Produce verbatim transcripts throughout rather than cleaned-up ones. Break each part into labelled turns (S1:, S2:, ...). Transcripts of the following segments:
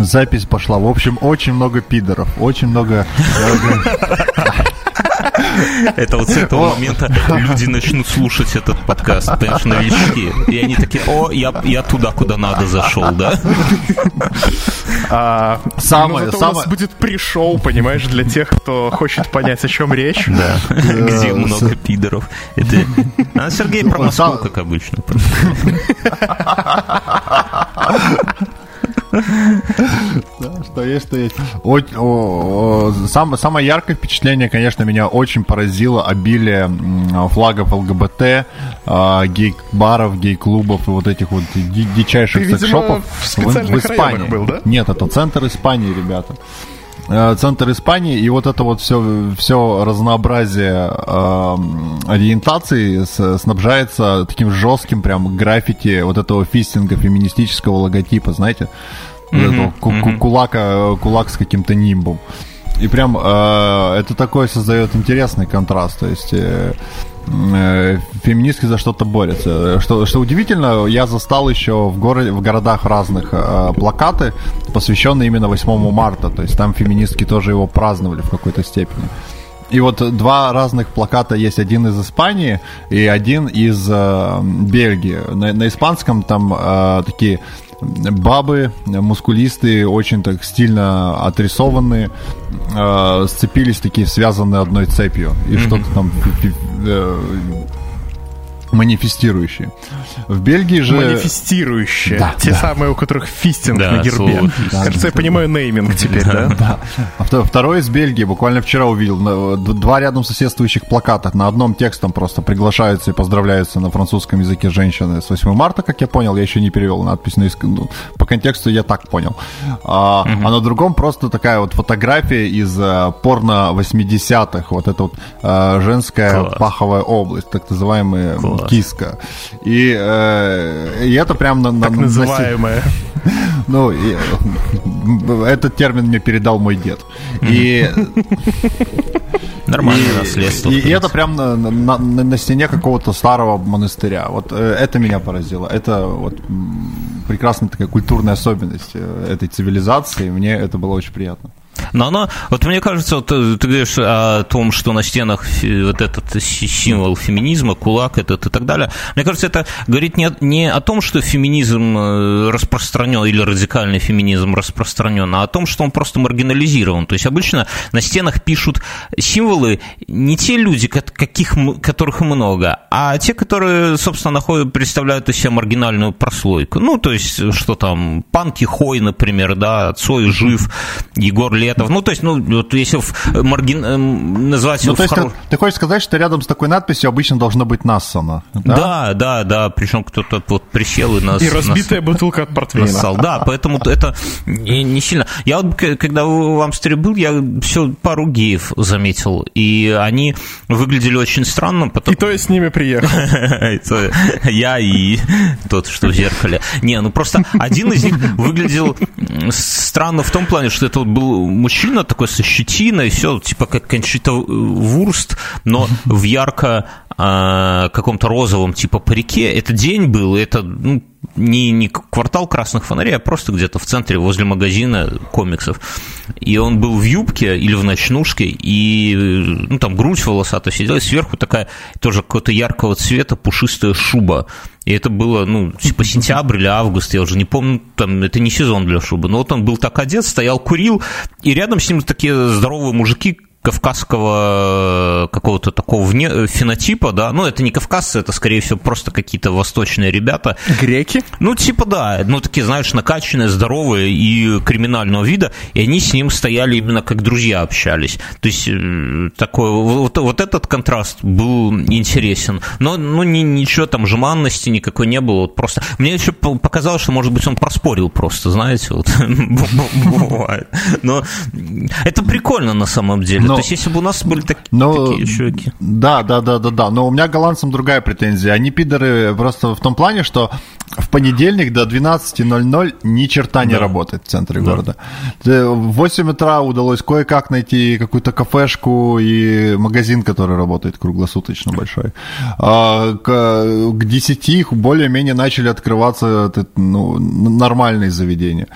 S1: запись пошла. В общем, очень много пидоров, очень много...
S2: Это вот с этого момента люди начнут слушать этот подкаст, понимаешь, новички. И они такие: о, я, я туда, куда надо зашел, да?
S3: А,
S1: самое,
S3: ну, зато
S1: самое...
S3: у нас будет пришоу, понимаешь, для тех, кто хочет понять, о чем речь.
S2: Да, где много пидоров. Это... А Сергей про Москву, как обычно.
S1: Да, что есть, что есть. О, о, о, сам, самое яркое впечатление, конечно, меня очень поразило обилие флагов ЛГБТ, э, гей-баров, гей-клубов и вот этих вот дичайших
S3: Ты,
S1: секс-шопов
S3: в, в, в Испании. Был, да?
S1: Нет, это центр Испании, ребята. Центр Испании, и вот это вот все, все разнообразие э, ориентаций с, снабжается таким жестким прям граффити вот этого фистинга, феминистического логотипа, знаете, mm-hmm. этого ку- mm-hmm. кулака, кулак с каким-то нимбом. И прям э, это такой создает интересный контраст, то есть... Э, феминистки за что-то борются. Что, что удивительно, я застал еще в, городе, в городах разных э, плакаты, посвященные именно восьмому марта. То есть там феминистки тоже его праздновали в какой-то степени. И вот два разных плаката есть. Один из Испании и один из э, Бельгии. На, на испанском там э, такие бабы, мускулистые, очень так стильно отрисованные, э, сцепились такие, связанные одной цепью. И mm-hmm. что-то там э, манифестирующие. В Бельгии же...
S3: Манифестирующие.
S1: Да,
S3: Те
S1: да.
S3: самые, у которых фистинг
S2: да,
S3: на гербе.
S1: Да,
S3: Кажется,
S1: да,
S3: я понимаю нейминг теперь, да?
S1: Да. А второй из Бельгии. Буквально вчера увидел два рядом соседствующих плаката. На одном текстом просто приглашаются и поздравляются на французском языке женщины с восьмого марта, как я понял. Я еще не перевел надпись. На иск... ну, по контексту я так понял. А, угу. а на другом просто такая вот фотография из uh, порно восьмидесятых. Вот это вот uh, женская Класс. Паховая область, так называемая Класс. Киска. И, э, и это прям... На,
S3: так
S1: на,
S3: называемая.
S1: На... Ну, и, этот термин мне передал мой дед. И...
S2: Нормальное и, наследство.
S1: И, и это прям на, на, на стене какого-то старого монастыря. Вот э, это меня поразило. Это вот прекрасная такая культурная особенность этой цивилизации. Мне это было очень приятно.
S2: Но оно, вот мне кажется, вот ты, ты говоришь о том, что на стенах вот этот символ феминизма, кулак этот и так далее. Мне кажется, это говорит не, не о том, что феминизм распространен или радикальный феминизм распространен, а о том, что он просто маргинализирован. То есть обычно на стенах пишут символы не те люди, каких, которых много, а те, которые, собственно, находят, представляют из себя маргинальную прослойку. Ну, то есть, что там, Пан Кихой, например, да, Цой жив, Егор Летов. Ну, то есть, ну, вот если в маргин... назвать...
S1: Ну,
S2: его
S1: то есть,
S2: хоро...
S1: ты, ты хочешь сказать, что рядом с такой надписью обычно должно быть Нассана, да?
S2: Да, да, да, причем кто-то вот присел и нас...
S3: И разбитая нас... бутылка от портвейна.
S2: Нассал. Да, поэтому это не, не сильно... Я вот, когда в Амстере был, я все пару геев заметил, и они выглядели очень странно. Потом...
S3: И то я с ними приехал.
S2: Я и тот, что в зеркале. Не, ну просто один из них выглядел странно в том плане, что это вот был мужчина такой со щетиной, все типа как Кончита Вурст, но в ярко э, каком-то розовом типа парике. Это день был, это ну, не, не квартал красных фонарей, а просто где-то в центре возле магазина комиксов. И он был в юбке или в ночнушке, и ну, там грудь волосатая сидела, и сверху такая тоже какого-то яркого цвета пушистая шуба. И это было, ну, типа сентябрь или август, я уже не помню, там, это не сезон для шубы. Но вот он был так одет, стоял, курил, и рядом с ним такие здоровые мужики кавказского какого-то такого вне, фенотипа, да, ну, это не кавказцы, это, скорее всего, просто какие-то восточные ребята.
S3: Греки?
S2: Ну, типа, да, ну, такие, знаешь, накачанные, здоровые и криминального вида, и они с ним стояли именно как друзья общались. То есть, такой, вот, вот этот контраст был интересен, но, ну, ни, ничего там, жеманности никакой не было, вот просто, мне еще показалось, что, может быть, он проспорил просто, знаете, вот, бывает, но это прикольно на самом деле. Но, то есть, если бы у нас были так,
S1: но,
S2: такие чуваки.
S1: Да, да, да, да, да. Но у меня к голландцам другая претензия. Они пидоры просто в том плане, что в понедельник до двенадцати ноль-ноль ни черта не да. работает в центре да. города. В восемь утра удалось кое-как найти какую-то кафешку и магазин, который работает круглосуточно большой. А к, к десяти более-менее начали открываться ну, нормальные заведения.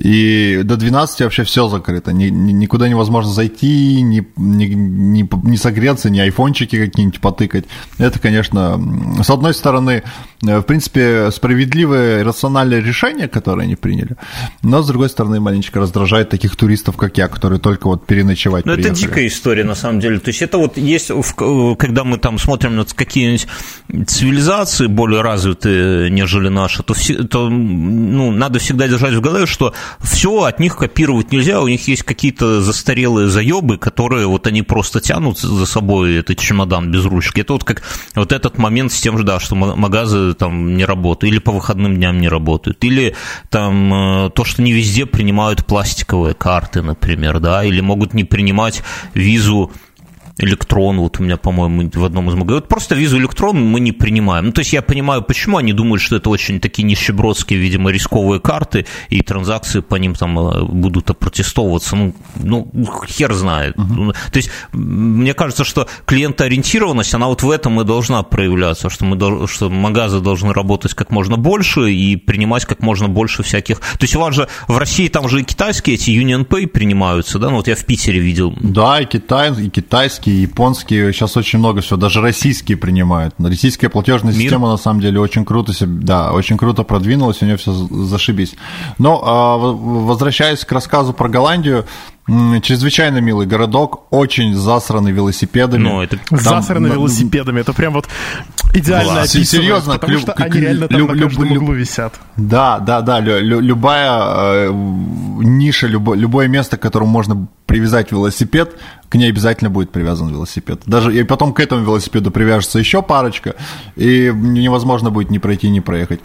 S1: И до двенадцати вообще все закрыто. Ни, никуда невозможно зайти, ни, ни, ни, ни согреться, ни айфончики какие-нибудь потыкать. Это, конечно, с одной стороны, в принципе, справедливое и рациональное решение, которое они приняли, но, с другой стороны, маленечко раздражает таких туристов, как я, которые только вот переночевать
S2: но
S1: приехали.
S2: Это дикая история, на самом деле. То есть это вот есть, когда мы там смотрим на какие-нибудь цивилизации более развитые, нежели наши, то, то ну, надо всегда держать в голове, что все от них копировать нельзя, у них есть какие-то застарелые заебы, которые вот они просто тянут за собой этот чемодан без ручки. Это вот как вот этот момент с тем же, да, что магазы там не работают, или по выходным дням не работают, или там то, что не везде принимают пластиковые карты, например, да, или могут не принимать визу Электрон, вот у меня, по-моему, в одном из магазинов. Вот просто визу Электрон мы не принимаем. Ну, то есть я понимаю, почему они думают, что это очень такие нищебродские, видимо, рисковые карты, и транзакции по ним там будут опротестовываться. Ну, ну хер знает. Uh-huh. То есть мне кажется, что клиентоориентированность, она вот в этом и должна проявляться, что, мы, что магазы должны работать как можно больше и принимать как можно больше всяких... То есть у вас же в России там же и китайские эти UnionPay принимаются, да? Ну, вот я в Питере видел.
S1: Да, и, китай, и китайские, японские, сейчас очень много всего, даже российские принимают. Российская платежная Мир. система, на самом деле, очень круто, да, очень круто продвинулась, у нее все зашибись. Но, возвращаясь к рассказу про Голландию, чрезвычайно милый городок, очень засранный велосипедами.
S3: Ну, это там, засранный на... велосипедами, это прям вот идеально описывает,
S1: серьезно,
S3: потому
S1: лю...
S3: что они реально там лю... на каждом лю... углу висят.
S1: Да, да, да, лю... любая э, ниша, любо... любое место, к которому можно привязать велосипед, к ней обязательно будет привязан велосипед. Даже и потом к этому велосипеду привяжется еще парочка, и невозможно будет ни пройти, ни проехать.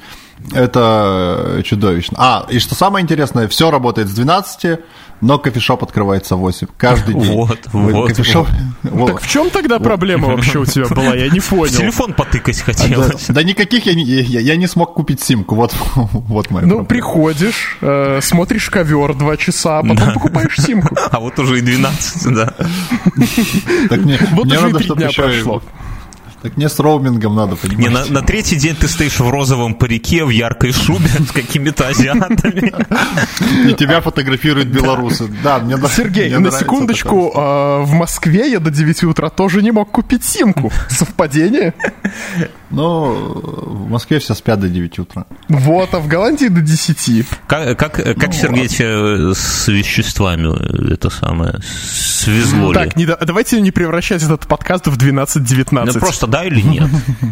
S1: Это чудовищно. А, и что самое интересное, все работает с двенадцати, но кофешоп открывается в восемь. Каждый день.
S2: Вот, вот.
S1: Кофешоп...
S3: вот. Так в чем тогда проблема вообще у тебя была? Я не понял.
S2: В телефон потыкать хотелось.
S1: Да, да никаких я не, я, я не смог купить симку. Вот, вот моя
S3: Ну,
S1: проблема.
S3: Приходишь, э, смотришь ковер два часа, а потом да. покупаешь симку.
S2: А вот уже и двенадцать, да.
S1: Так мне,
S3: вот
S1: мне
S3: уже
S1: надо,
S3: и три дня прошло.
S1: И... Так мне с роумингом надо, понимаете.
S2: Не, на, на третий день ты стоишь в розовом парике, в яркой шубе с какими-то азиатами.
S1: И тебя фотографируют белорусы. Да, мне
S3: Сергей,
S1: мне
S3: на секундочку, э, в Москве я до девяти утра тоже не мог купить симку. Совпадение?
S1: Ну, в Москве все спят до девяти утра.
S3: Вот, а в Голландии до десяти.
S2: Как, как, как ну, Сергей, тебе с веществами это самое свезло
S3: так,
S2: ли?
S3: Не, давайте не превращать этот подкаст в двенадцать девятнадцать.
S2: Ну, просто да или нет?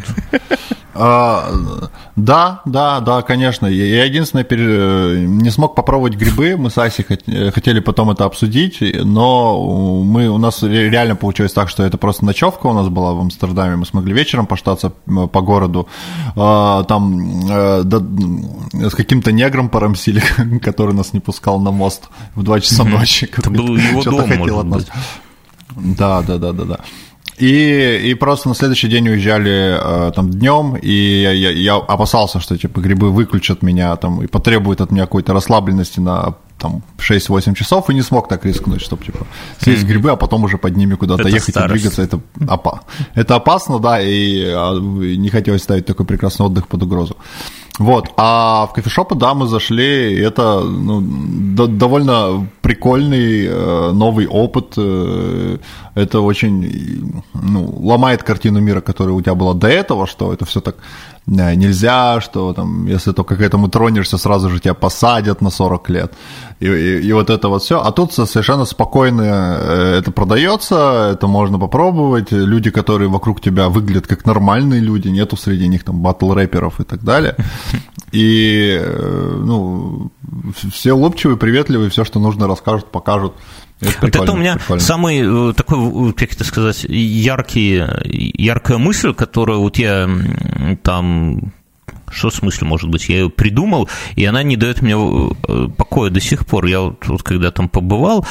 S1: А, да, да, да, конечно. Я единственное не смог попробовать грибы. Мы с Асей хотели потом это обсудить, но мы, у нас реально получилось так, что это просто ночевка у нас была в Амстердаме. Мы смогли вечером поштаться по городу. Там да, с каким-то негром порамсили, который нас не пускал на мост в два часа ночи.
S2: Это был его дом, может быть.
S1: Да, да, да, да, да. И, и просто на следующий день уезжали э, там днем, и я, я, я опасался, что типа грибы выключат меня там и потребуют от меня какой-то расслабленности на там шесть-восемь часов, и не смог так рискнуть, чтобы типа съесть грибы, а потом уже под ними куда-то это ехать старость. И двигаться. Это, опа- это опасно, да, и а, не хотелось ставить такой прекрасный отдых под угрозу. Вот, а в кофешопы, да, мы зашли, и это ну, д- довольно прикольный э, новый опыт, э, это очень ну, ломает картину мира, которая у тебя была до этого, что это все так э, нельзя, что там, если только к этому тронешься, сразу же тебя посадят на сорок лет, и, и, и вот это вот все, а тут совершенно спокойно э, это продается, это можно попробовать, люди, которые вокруг тебя выглядят как нормальные люди, нету среди них там батл-рэперов и так далее. И, ну, все улыбчивые, приветливые, все, что нужно, расскажут, покажут. Это
S2: вот это у меня прикольно. Самый такой, как это сказать, яркий, яркая мысль, которую вот я там... Что в смысле, может быть, я ее придумал, и она не дает мне покоя до сих пор. Я вот, вот когда там побывал,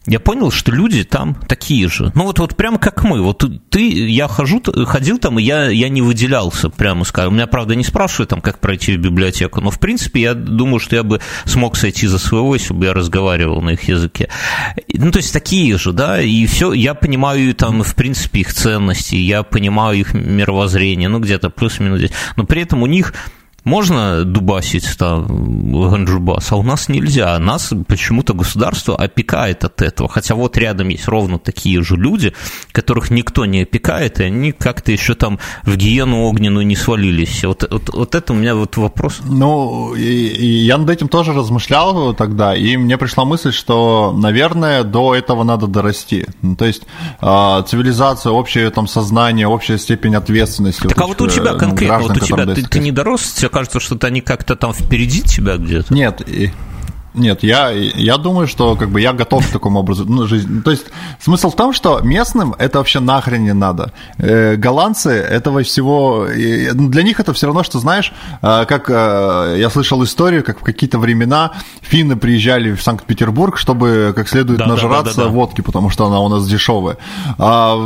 S2: я понял, что люди там такие же. Ну, вот, вот прям как мы. Вот ты, я хожу, ходил там, и я, я не выделялся, прямо скажем. Меня, правда, не спрашивают, там, как пройти в библиотеку, но, в принципе, я думаю, что я бы смог сойти за своего, если бы я разговаривал на их языке. Ну, то есть, такие же, да, и все, я понимаю, там, в принципе, их ценности, я понимаю их мировоззрение, ну, где-то плюс-минус здесь. Но при этом у них... Можно дубасить там ганджубас, а у нас нельзя. Нас почему-то государство опекает от этого. Хотя вот рядом есть ровно такие же люди, которых никто не опекает, и они как-то еще там в гиену огненную не свалились. Вот, вот, вот это у меня вот вопрос.
S1: Ну, и, и я над этим тоже размышлял тогда, и мне пришла мысль, что, наверное, до этого надо дорасти. Ну, то есть цивилизация, общее там сознание, общая степень ответственности.
S2: Так вот а вот у тебя конкретно, ну, вот у тебя, ты, ты не дорос, тебе кажется, что они как-то там впереди тебя где-то?
S1: Нет, и... Нет, я, я думаю, что как бы я готов к такому образу ну, жизни. То есть смысл в том, что местным это вообще нахрен не надо. Э, голландцы этого всего... Э, для них это все равно, что, знаешь, э, как э, я слышал историю, как в какие-то времена финны приезжали в Санкт-Петербург, чтобы как следует да, нажраться да, да, да, водки, потому что она у нас дешевая. А,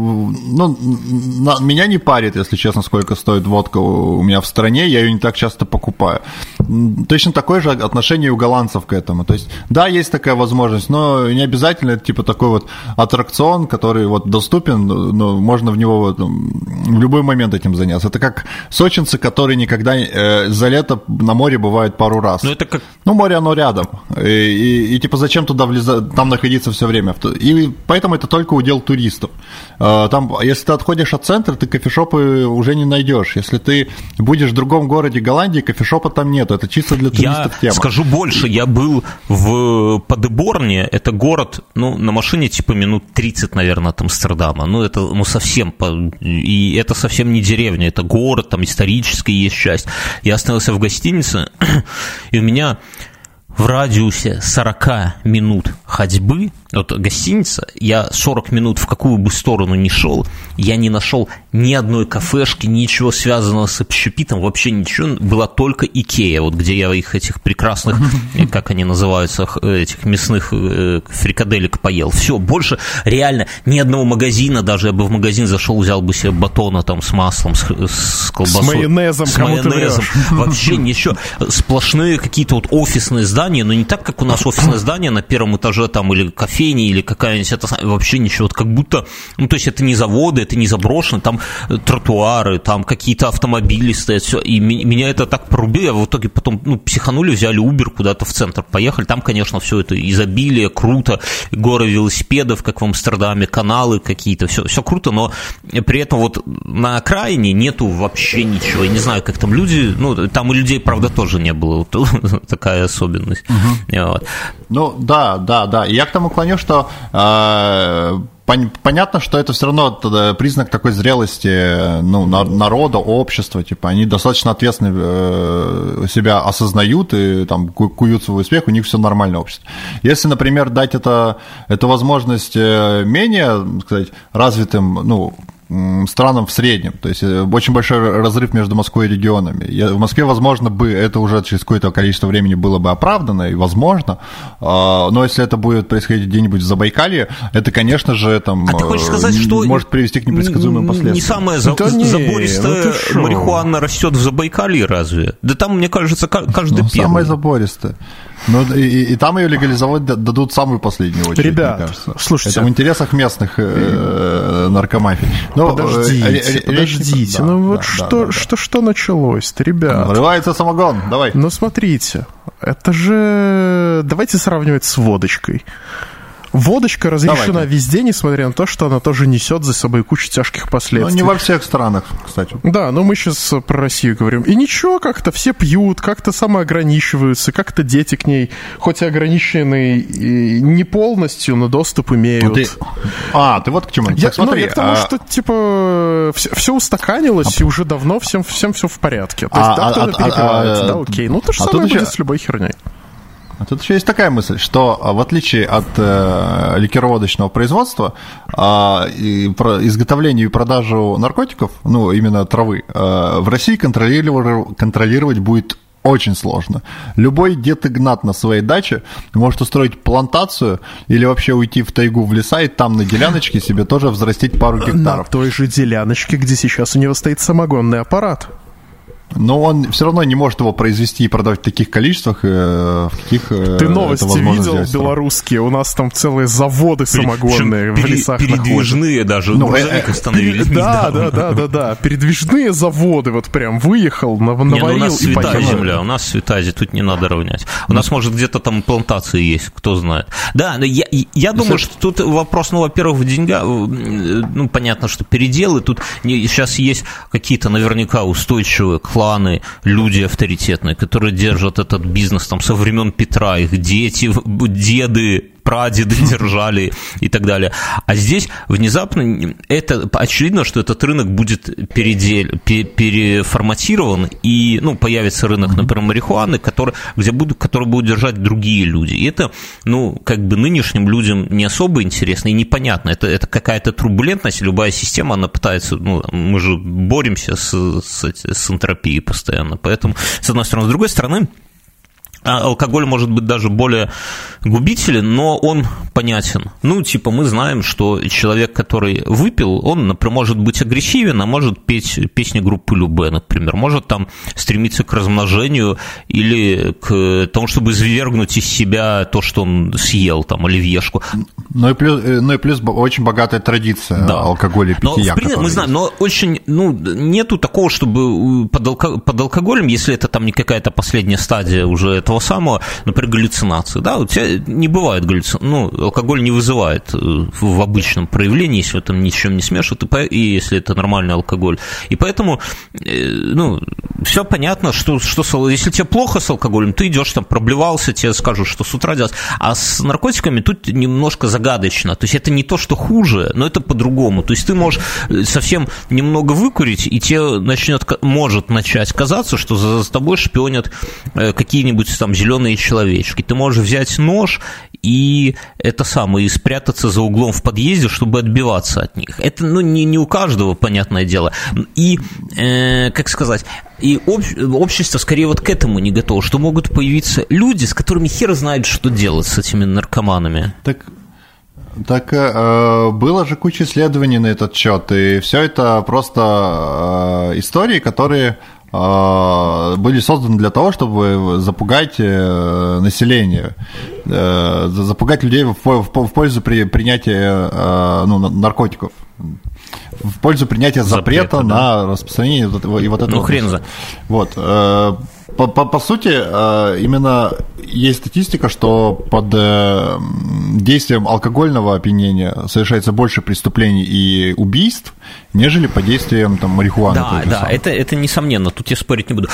S1: ну, на, меня не парит, если честно, сколько стоит водка у меня в стране, я ее не так часто покупаю. Точно такое же отношение у голландцев к этому. То есть, да, есть такая возможность, но не обязательно это типа такой вот аттракцион, который вот доступен, но можно в него вот, в любой момент этим заняться. Это как сочинцы, которые никогда э, за лето на море бывают пару раз.
S2: Ну, это как...
S1: ну море, оно рядом. И, и, и типа зачем туда влезать, там находиться все время? И поэтому это только удел туристов. Там, если ты отходишь от центра, ты кофешопы уже не найдешь. Если ты будешь в другом городе Голландии, кофешопа там нет. Это чисто для туристов
S2: я
S1: тема.
S2: Скажу больше, я был в Падеборне, это город, ну, на машине типа минут тридцать, наверное, от Амстердама, ну, это, ну, совсем, и это совсем не деревня, это город, там историческая есть часть. Я остановился в гостинице, и у меня в радиусе сорок минут ходьбы, вот гостиница, я сорок минут в какую бы сторону ни шел, я не нашел ни одной кафешки, ничего связанного с общепитом, вообще ничего, была только Икея, вот где я их этих прекрасных, как они называются, этих мясных фрикаделек поел. Все, больше реально ни одного магазина, даже я бы в магазин зашел, взял бы себе батона там с маслом, с, с колбасой.
S3: С майонезом,
S2: с майонезом. Вообще ничего, сплошные какие-то вот офисные здания, но не так, как у нас офисное здание на первом этаже там или кофейни, или какая-нибудь, это вообще ничего, вот как будто, ну, то есть это не заводы, это не заброшено, там тротуары, там какие-то автомобили стоят, все, и меня это так порубило, в итоге потом, ну, психанули, взяли Uber куда-то в центр, поехали, там, конечно, все это изобилие, круто, горы велосипедов, как в Амстердаме, каналы какие-то, все, все круто, но при этом вот на окраине нету вообще ничего, я не знаю, как там люди, ну, там и людей, правда, тоже не было, вот такая особенность. Угу. Вот.
S1: Ну, да, да, да, я к тому клоню, что э, пон, понятно, что это все равно признак такой зрелости, ну, народа, общества, типа, они достаточно ответственно э, себя осознают и там куют свой успех, у них все нормально общество. Если, например, дать это, эту возможность менее, сказать, развитым, ну, странам в среднем, то есть очень большой разрыв между Москвой и регионами. В Москве, возможно, бы это уже через какое-то количество времени было бы оправдано, и возможно, но если это будет происходить где-нибудь в Забайкалье, это, конечно же, там,
S2: а ты хочешь сказать, что
S1: может привести к непредсказуемым последствиям.
S2: Не самая за... да забористая ну марихуана растет в Забайкалье, разве? Да там, мне кажется, каждый
S1: ну,
S2: первый.
S1: Самая забористая. Ну, и, и там ее легализовать дадут в самую последнюю очередь,
S3: ребят,
S1: мне кажется.
S3: Слушайте.
S1: Это в интересах местных э, наркомафий. Но,
S3: подождите, э, подождите. Да, ну вот да, что, да, да, что, что началось-то, ребят?
S1: Врывается самогон, давай.
S3: Ну, смотрите, это же... Давайте сравнивать с водочкой. Водочка разрешена Давайте. везде, несмотря на то, что она тоже несет за собой кучу тяжких последствий.
S1: Ну, не во всех странах, кстати.
S3: Да, но мы сейчас про Россию говорим. И ничего, как-то все пьют, как-то самоограничиваются, как-то дети к ней, хоть и ограниченные и не полностью, но доступ имеют.
S1: Ты... А, ты вот к чему?
S3: Я,
S1: так, смотри,
S3: ну, я к тому,
S1: а...
S3: что, типа, все, все устаканилось, а... и уже давно всем, всем все в порядке. То есть, а, да, кто-то а, перепивается, а, да, окей. Ну, то же а самое будет еще... с любой херней.
S1: А тут еще есть такая мысль, что в отличие от э, ликероводочного производства, э, и про изготовление и продажу наркотиков, ну, именно травы, э, в России контролировать, контролировать будет очень сложно. Любой Дед Игнат на своей даче может устроить плантацию или вообще уйти в тайгу, в леса, и там на деляночке себе тоже взрастить пару гектаров.
S3: На той же деляночке, где сейчас у него стоит самогонный аппарат.
S1: Но он все равно не может его произвести и продавать в таких количествах, в каких
S3: Ты новости видел белорусские? У нас там целые заводы самогонные в лесах находятся.
S2: Передвижные даже, ну, грузовик остановили.
S3: Да, да, да, да, да. Передвижные заводы, вот прям выехал, наварил и поехал.
S2: У нас святая земля, у нас святая, тут не надо равнять. У нас, может, где-то там плантации есть, кто знает. Да, я, я думаю, что тут вопрос, ну, во-первых, в деньгах, ну, понятно, что переделы, тут сейчас есть какие-то наверняка устойчивые кланы, люди авторитетные, которые держат этот бизнес там со времен Петра, их дети, деды, прадеды держали и так далее. А здесь внезапно это очевидно, что этот рынок будет передел, переформатирован, и ну, появится рынок, например, марихуаны, который, где будут, который будут держать другие люди. И это, ну, как бы нынешним людям не особо интересно и непонятно. Это, это какая-то турбулентность, любая система, она пытается, ну, мы же боремся с, с, с энтропией постоянно. Поэтому, с одной стороны. С другой стороны, алкоголь может быть даже более губителен, но он понятен. Ну, типа, мы знаем, что человек, который выпил, он, например, может быть агрессивен, а может петь песни группы Любэ, например, может там стремиться к размножению или к тому, чтобы извергнуть из себя то, что он съел, там, оливьешку.
S1: Ну и плюс, ну и плюс очень богатая традиция, да, алкоголя и питья.
S2: Но, в принципе, мы знаем, но очень, ну, нету такого, чтобы под, алко, под алкоголем, если это там не какая-то последняя стадия уже этого самого, например, галлюцинации, да, у тебя не бывает галлюцинации, ну, алкоголь не вызывает в обычном проявлении, если там ничем не смешивают, и если это нормальный алкоголь, и поэтому, ну, все понятно, что, что если тебе плохо с алкоголем, ты идешь там, проблевался, тебе скажут, что с утра делать, а с наркотиками тут немножко загадочно, то есть это не то, что хуже, но это по-другому, то есть ты можешь совсем немного выкурить, и тебе начнет, может начать казаться, что за, за тобой шпионят какие-нибудь там зеленые человечки. Ты можешь взять нож и это самое, и спрятаться за углом в подъезде, чтобы отбиваться от них. Это, ну, не, не у каждого, понятное дело. И, э, как сказать, и об, общество скорее вот к этому не готово, что могут появиться люди, с которыми хер знает, что делать с этими наркоманами.
S1: Так... Так э, было же куча исследований на этот счет, и все это просто э, истории, которые э, были созданы для того, чтобы запугать э, население, э, запугать людей в, в, в пользу при, принятия э, ну, наркотиков, в пользу принятия запрета, запрета на да. распространение и вот этого.
S2: Ну, хрен за.
S1: Вот. Э, По, по, по сути, именно есть статистика, что под действием алкогольного опьянения совершается больше преступлений и убийств, нежели под действием там, марихуаны.
S2: Да, да, это, это несомненно, тут я спорить не буду.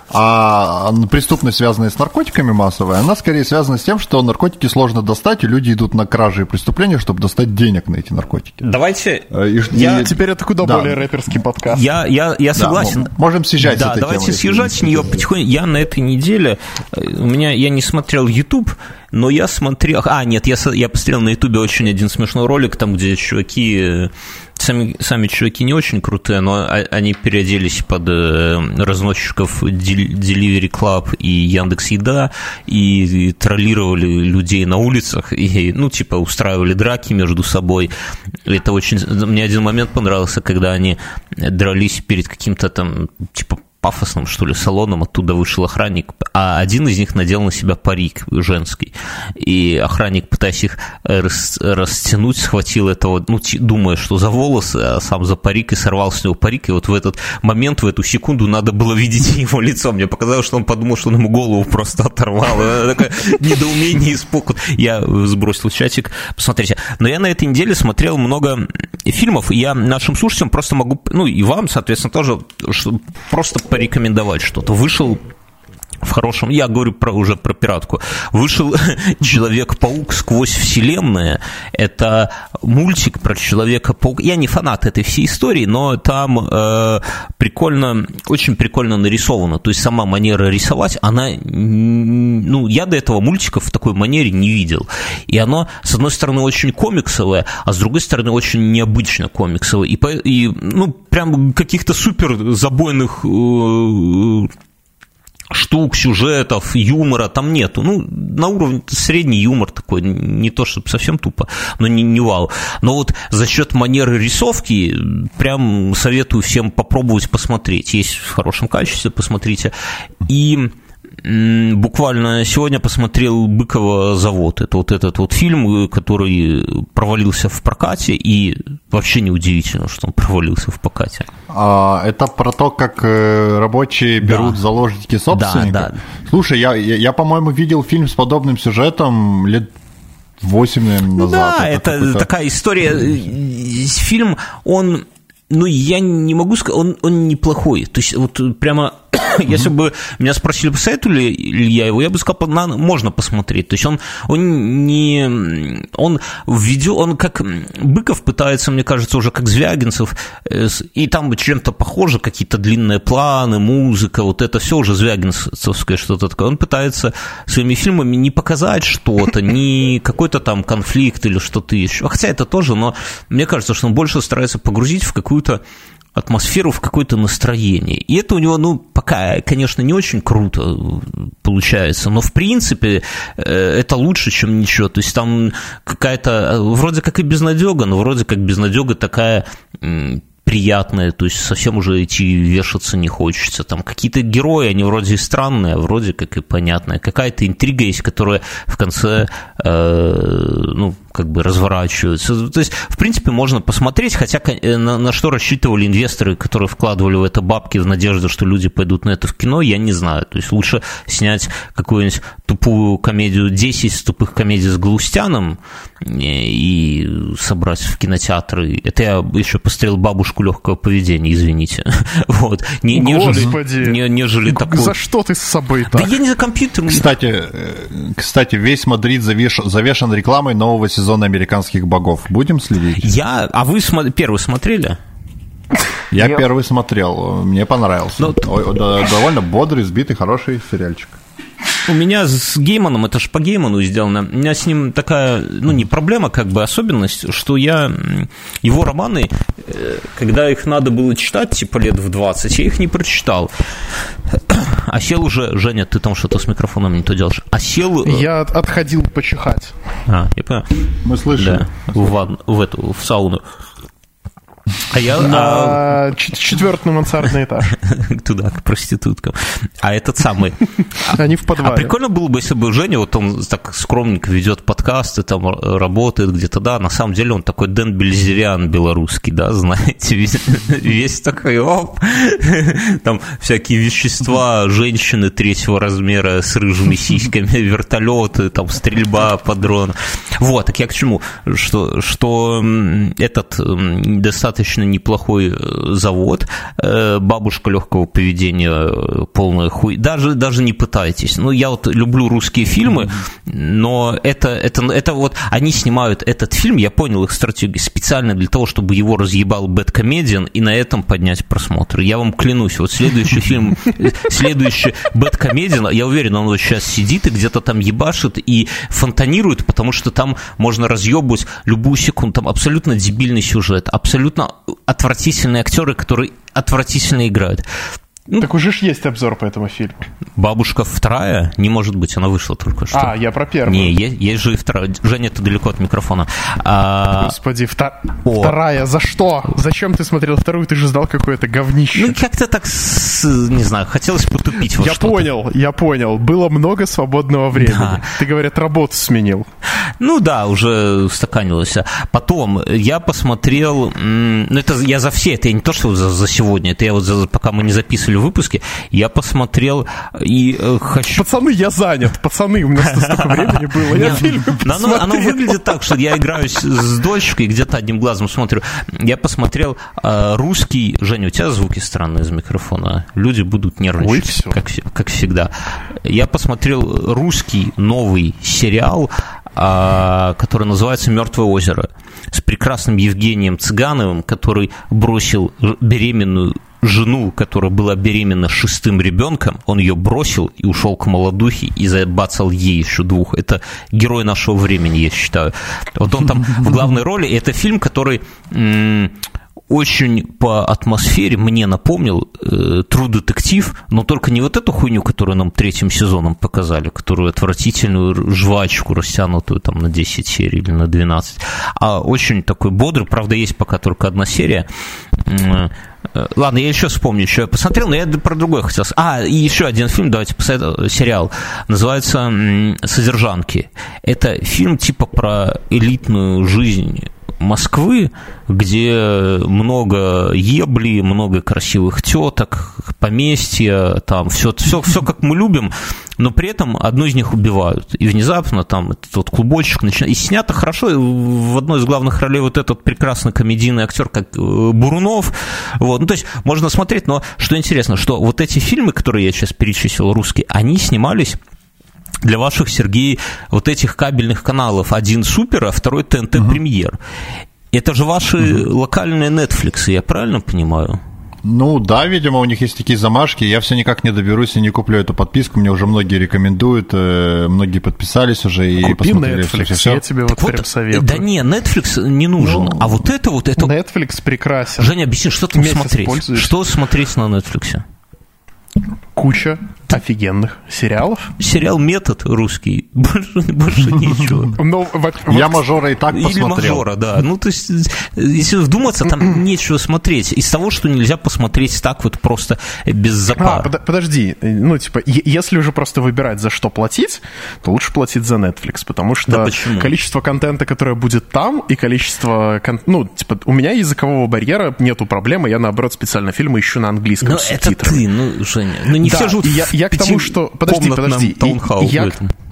S1: А преступность, связанная с наркотиками массовая, она скорее связана с тем, что наркотики сложно достать, и люди идут на кражи и преступления, чтобы достать денег на эти наркотики.
S2: Давайте...
S1: И,
S3: я...
S1: и...
S3: Теперь это куда да. более рэперский подкаст.
S2: Я, я, я согласен.
S1: Да, можем съезжать
S2: да,
S1: с этой
S2: давайте
S1: темы,
S2: съезжать с нее потихоньку. Я на этой неделе... У меня... Я не смотрел YouTube, но я смотрел... А, нет, я, я посмотрел на YouTube очень один смешной ролик, там, где чуваки... Сами, сами чуваки не очень крутые, но они переоделись под разносчиков Delivery Club и Яндекс.Еда и троллировали людей на улицах, и, ну, типа, устраивали драки между собой. Это очень... Мне один момент понравился, когда они дрались перед каким-то там, типа, пафосным, что ли, салоном, оттуда вышел охранник, а один из них надел на себя парик женский, и охранник, пытаясь их рас, растянуть, схватил этого, ну, думая, что за волосы, а сам за парик, и сорвал с него парик, и вот в этот момент, в эту секунду надо было видеть его лицо. Мне показалось, что он подумал, что он ему голову просто оторвал. Такое недоумение, испуг. Я сбросил чатик, посмотрите. Но я на этой неделе смотрел много фильмов, и я нашим слушателям просто могу, ну, и вам, соответственно, тоже, что, просто порекомендовать что-то. Вышел в хорошем... Я говорю про, уже про пиратку. Вышел «Человек-паук сквозь вселенные». Это мультик про Человека-паука. Я не фанат этой всей истории, но там э, прикольно, очень прикольно нарисовано. То есть сама манера рисовать, она... Ну, я до этого мультика в такой манере не видел. И оно, с одной стороны, очень комиксовое, а с другой стороны, очень необычно комиксовое. И, и ну, прям каких-то супер забойных... Э, штук, сюжетов, юмора там нету. Ну, на уровне средний юмор такой, не то чтобы совсем тупо, но не, не вау. Но вот за счет манеры рисовки прям советую всем попробовать посмотреть. Есть в хорошем качестве, посмотрите. И буквально сегодня посмотрел «Быкова завод». Это вот этот вот фильм, который провалился в прокате, и вообще неудивительно, что он провалился в прокате.
S1: А, это про то, как рабочие берут да. в заложники собственника?
S2: Да, да.
S1: Слушай, я, я, я, по-моему, видел фильм с подобным сюжетом лет восемь, наверное, назад.
S2: Да, это, это такая история. Фильм, он... Ну, я не могу сказать, он, он неплохой. То есть, вот прямо, если бы меня спросили, посоветовали ли я его, я бы сказал, можно посмотреть. То есть, он, он не... Он введет, он как... Быков пытается, мне кажется, уже как Звягинцев, и там чем-то похоже, какие-то длинные планы, музыка, вот это все уже звягинцевское что-то такое. Он пытается своими фильмами не показать что-то, не какой-то там конфликт или что-то еще. Хотя это тоже, но мне кажется, что он больше старается погрузить в какую-то атмосферу, в какое-то настроение. И это у него, ну, пока, конечно, не очень круто получается, но, в принципе, это лучше, чем ничего. То есть там какая-то, вроде как и безнадега, но вроде как безнадега такая приятная, то есть совсем уже идти вешаться не хочется. Там какие-то герои, они вроде и странные, а вроде как и понятные. Какая-то интрига есть, которая в конце, э, ну, как бы разворачивается. То есть, в принципе, можно посмотреть, хотя на, на что рассчитывали инвесторы, которые вкладывали в это бабки в надежде, что люди пойдут на это в кино, я не знаю. То есть, лучше снять какую-нибудь тупую комедию, десять тупых комедий с Галустяном и собрать в кинотеатры. Это я еще посмотрел «Бабушку легкого поведения», извините. Вот. Не,
S3: Господи,
S2: не, нежели такой...
S3: За что ты с собой так?
S2: Да я не за компьютером.
S1: Кстати, кстати, весь Мадрид завеш... завешен рекламой нового сезона «Американских богов». Будем следить?
S2: Я... А вы см... первый смотрели?
S1: Я, Я первый смотрел, мне понравился. Но... Ой, да, довольно бодрый, сбитый, хороший сериальчик.
S2: У меня с Гейманом, это ж по Гейману сделано, у меня с ним такая, ну, не проблема, как бы особенность, что я его романы, когда их надо было читать, типа лет в двадцать, я их не прочитал. А сел уже, Женя, ты там что-то с микрофоном не то делаешь, а сел...
S3: Я отходил почихать.
S2: А, я понял.
S1: Мы слышим.
S2: Да, в, ванну, в эту, в сауну. А я,
S3: на
S2: а...
S3: четвертый мансардный этаж.
S2: Туда, к проституткам. А этот самый...
S3: Они в подвале.
S2: А прикольно было бы, если бы Женя, вот он так скромненько ведет подкасты, там работает где-то, да, на самом деле он такой Дэн Бельзериан белорусский, да, знаете, весь, весь такой, оп, там всякие вещества, женщины третьего размера с рыжими сиськами, вертолеты, там стрельба по дрону. Вот, так я к чему? Что, что этот достаточно достаточно неплохой завод, «Бабушка легкого поведения», полная хуй. Даже, даже не пытайтесь. Ну, я вот люблю русские фильмы, но это, это, это вот они снимают этот фильм, я понял их стратегию, специально для того, чтобы его разъебал Бэдкомедиан и на этом поднять просмотры. Я вам клянусь, вот следующий фильм, следующий Бэдкомедиан, я уверен, он вот сейчас сидит и где-то там ебашит и фонтанирует, потому что там можно разъебывать любую секунду, там абсолютно дебильный сюжет, абсолютно отвратительные актеры, которые отвратительно играют.
S3: Ну, так уже ж есть обзор по этому фильму.
S2: «Бабушка вторая»? Не может быть, она вышла только что.
S3: А, я про первую.
S2: Не, есть, есть же и вторая. Женя, ты далеко от микрофона. А...
S3: Господи, втор... вторая, за что? Зачем ты смотрел вторую? Ты же ждал какое-то говнище.
S2: Ну, как-то так, с... не знаю, хотелось потупить во
S3: Я
S2: что-то.
S3: понял, я понял. Было много свободного времени. Да. Ты, говорят, работу сменил.
S2: Ну да, уже устаканилось. Потом я посмотрел... Ну, это я за все, это я не то, что за, за сегодня, это я вот за, пока мы не записывали в выпуске, я посмотрел и э, хочу...
S3: Пацаны, я занят, пацаны, у меня столько времени было, я фильмы посмотрел.
S2: Оно выглядит так, что я играюсь с дочкой, где-то одним глазом смотрю. Я посмотрел э, русский... Женя, у тебя звуки странные из микрофона, люди будут нервничать, Ой, как, как всегда. Я посмотрел русский новый сериал, э, который называется «Мертвое озеро», с прекрасным Евгением Цыгановым, который бросил беременную жену, которая была беременна шестым ребенком, он ее бросил и ушел к молодухе и забацал ей еще двух. Это герой нашего времени, я считаю. Вот он там в главной роли, и это фильм, который... М- очень по атмосфере мне напомнил э, True Detective, но только не вот эту хуйню, которую нам третьим сезоном показали, которую отвратительную жвачку, растянутую там на десять серий или на двенадцать, а очень такой бодрый, правда, есть пока только одна серия. Ладно, я еще вспомню, еще я посмотрел, но я про другое хотел. А, и еще один фильм, давайте посмотрим, сериал, называется «Содержанки». Это фильм типа про элитную жизнь Москвы, где много ебли, много красивых теток, поместья, там все, все, все как мы любим, но при этом одну из них убивают. И внезапно там этот вот клубочек начинает... И снято хорошо, и в одной из главных ролей вот этот прекрасный комедийный актер, как Бурунов. Вот. Ну, то есть можно смотреть, но что интересно, что вот эти фильмы, которые я сейчас перечислил, русские, они снимались для ваших, Сергей, вот этих кабельных каналов. Один Супер, а второй ТНТ uh-huh. Премьер. Это же ваши uh-huh. локальные Netflix, я правильно понимаю?
S1: Ну да, видимо, у них есть такие замашки. Я все никак не доберусь и не куплю эту подписку. Мне уже многие рекомендуют, многие подписались уже и
S3: Купи
S1: посмотрели
S3: Netflix,
S1: все, все.
S3: Я тебе вот,
S2: вот
S3: прям советую.
S2: Да не, Netflix не нужен. Ну, а вот это вот... это
S3: Netflix прекрасен.
S2: Женя, объясни, что там смотреть? Что смотреть на Netflix?
S3: Куча офигенных сериалов.
S2: Сериал «Метод» русский. Больше, больше ничего.
S3: Но, вот,
S1: Я «Мажора» и так посмотрел.
S2: Или «Мажора», да. Ну, то есть, если вдуматься, там нечего смотреть. Из того, что нельзя посмотреть так вот просто без запара.
S3: А, подожди. Ну, типа, если уже просто выбирать, за что платить, то лучше платить за Netflix, потому что
S2: да,
S3: количество контента, которое будет там, и количество... Кон... Ну, типа, у меня языкового барьера нету проблемы, я, наоборот, специально фильмы ищу на английском
S2: но
S3: с субтитрами.
S2: Это ты, ну, Женя. Ну, не
S3: да,
S2: все живут
S3: я, я к тому, что... Подожди, подожди. Я,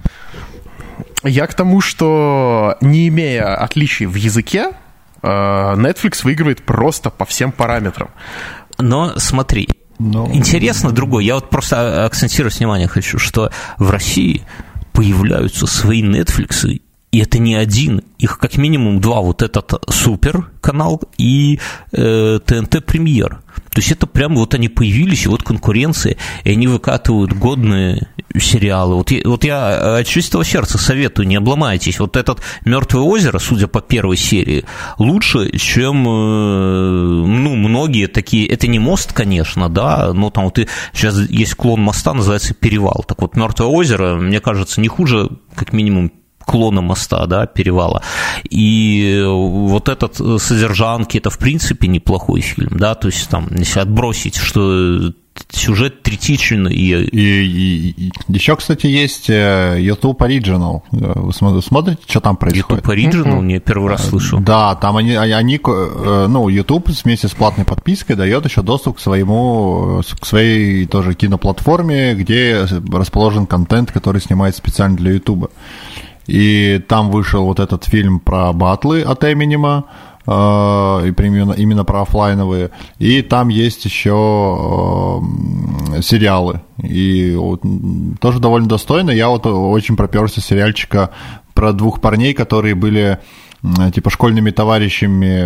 S3: я к тому, что не имея отличий в языке, Netflix выигрывает просто по всем параметрам.
S2: Но смотри, Но... интересно другое. Я вот просто акцентировать внимание хочу, что в России появляются свои Netflix, и это не один, их как минимум два. Вот этот Супер канал и э, ТНТ Премьер. То есть это прямо вот они появились, и вот конкуренция, и они выкатывают годные сериалы. Вот я, вот я от чистого сердца советую, не обломайтесь. Вот этот «Мертвое озеро», судя по первой серии, лучше, чем ну, многие такие. Это не мост, конечно, да, но там вот и сейчас есть клон моста, называется «Перевал». Так вот, «Мертвое озеро», мне кажется, не хуже, как минимум, клона моста, да, перевала. И вот этот «Содержанки» — это, в принципе, неплохой фильм, да, то есть там, если отбросить, что сюжет третичен и...
S1: И, и, и еще, кстати, есть YouTube Original. Вы смотрите, что там происходит?
S2: YouTube Original? Mm-hmm. Я первый раз слышу.
S1: Да, там они, они, ну, YouTube вместе с платной подпиской дает еще доступ к своему, к своей тоже киноплатформе, где расположен контент, который снимается специально для YouTube. И там вышел вот этот фильм про батлы от Эминема, э, именно, именно про офлайновые. И там есть еще э, сериалы. И вот, тоже довольно достойно. Я вот очень проперся с сериальчика про двух парней, которые были типа школьными товарищами,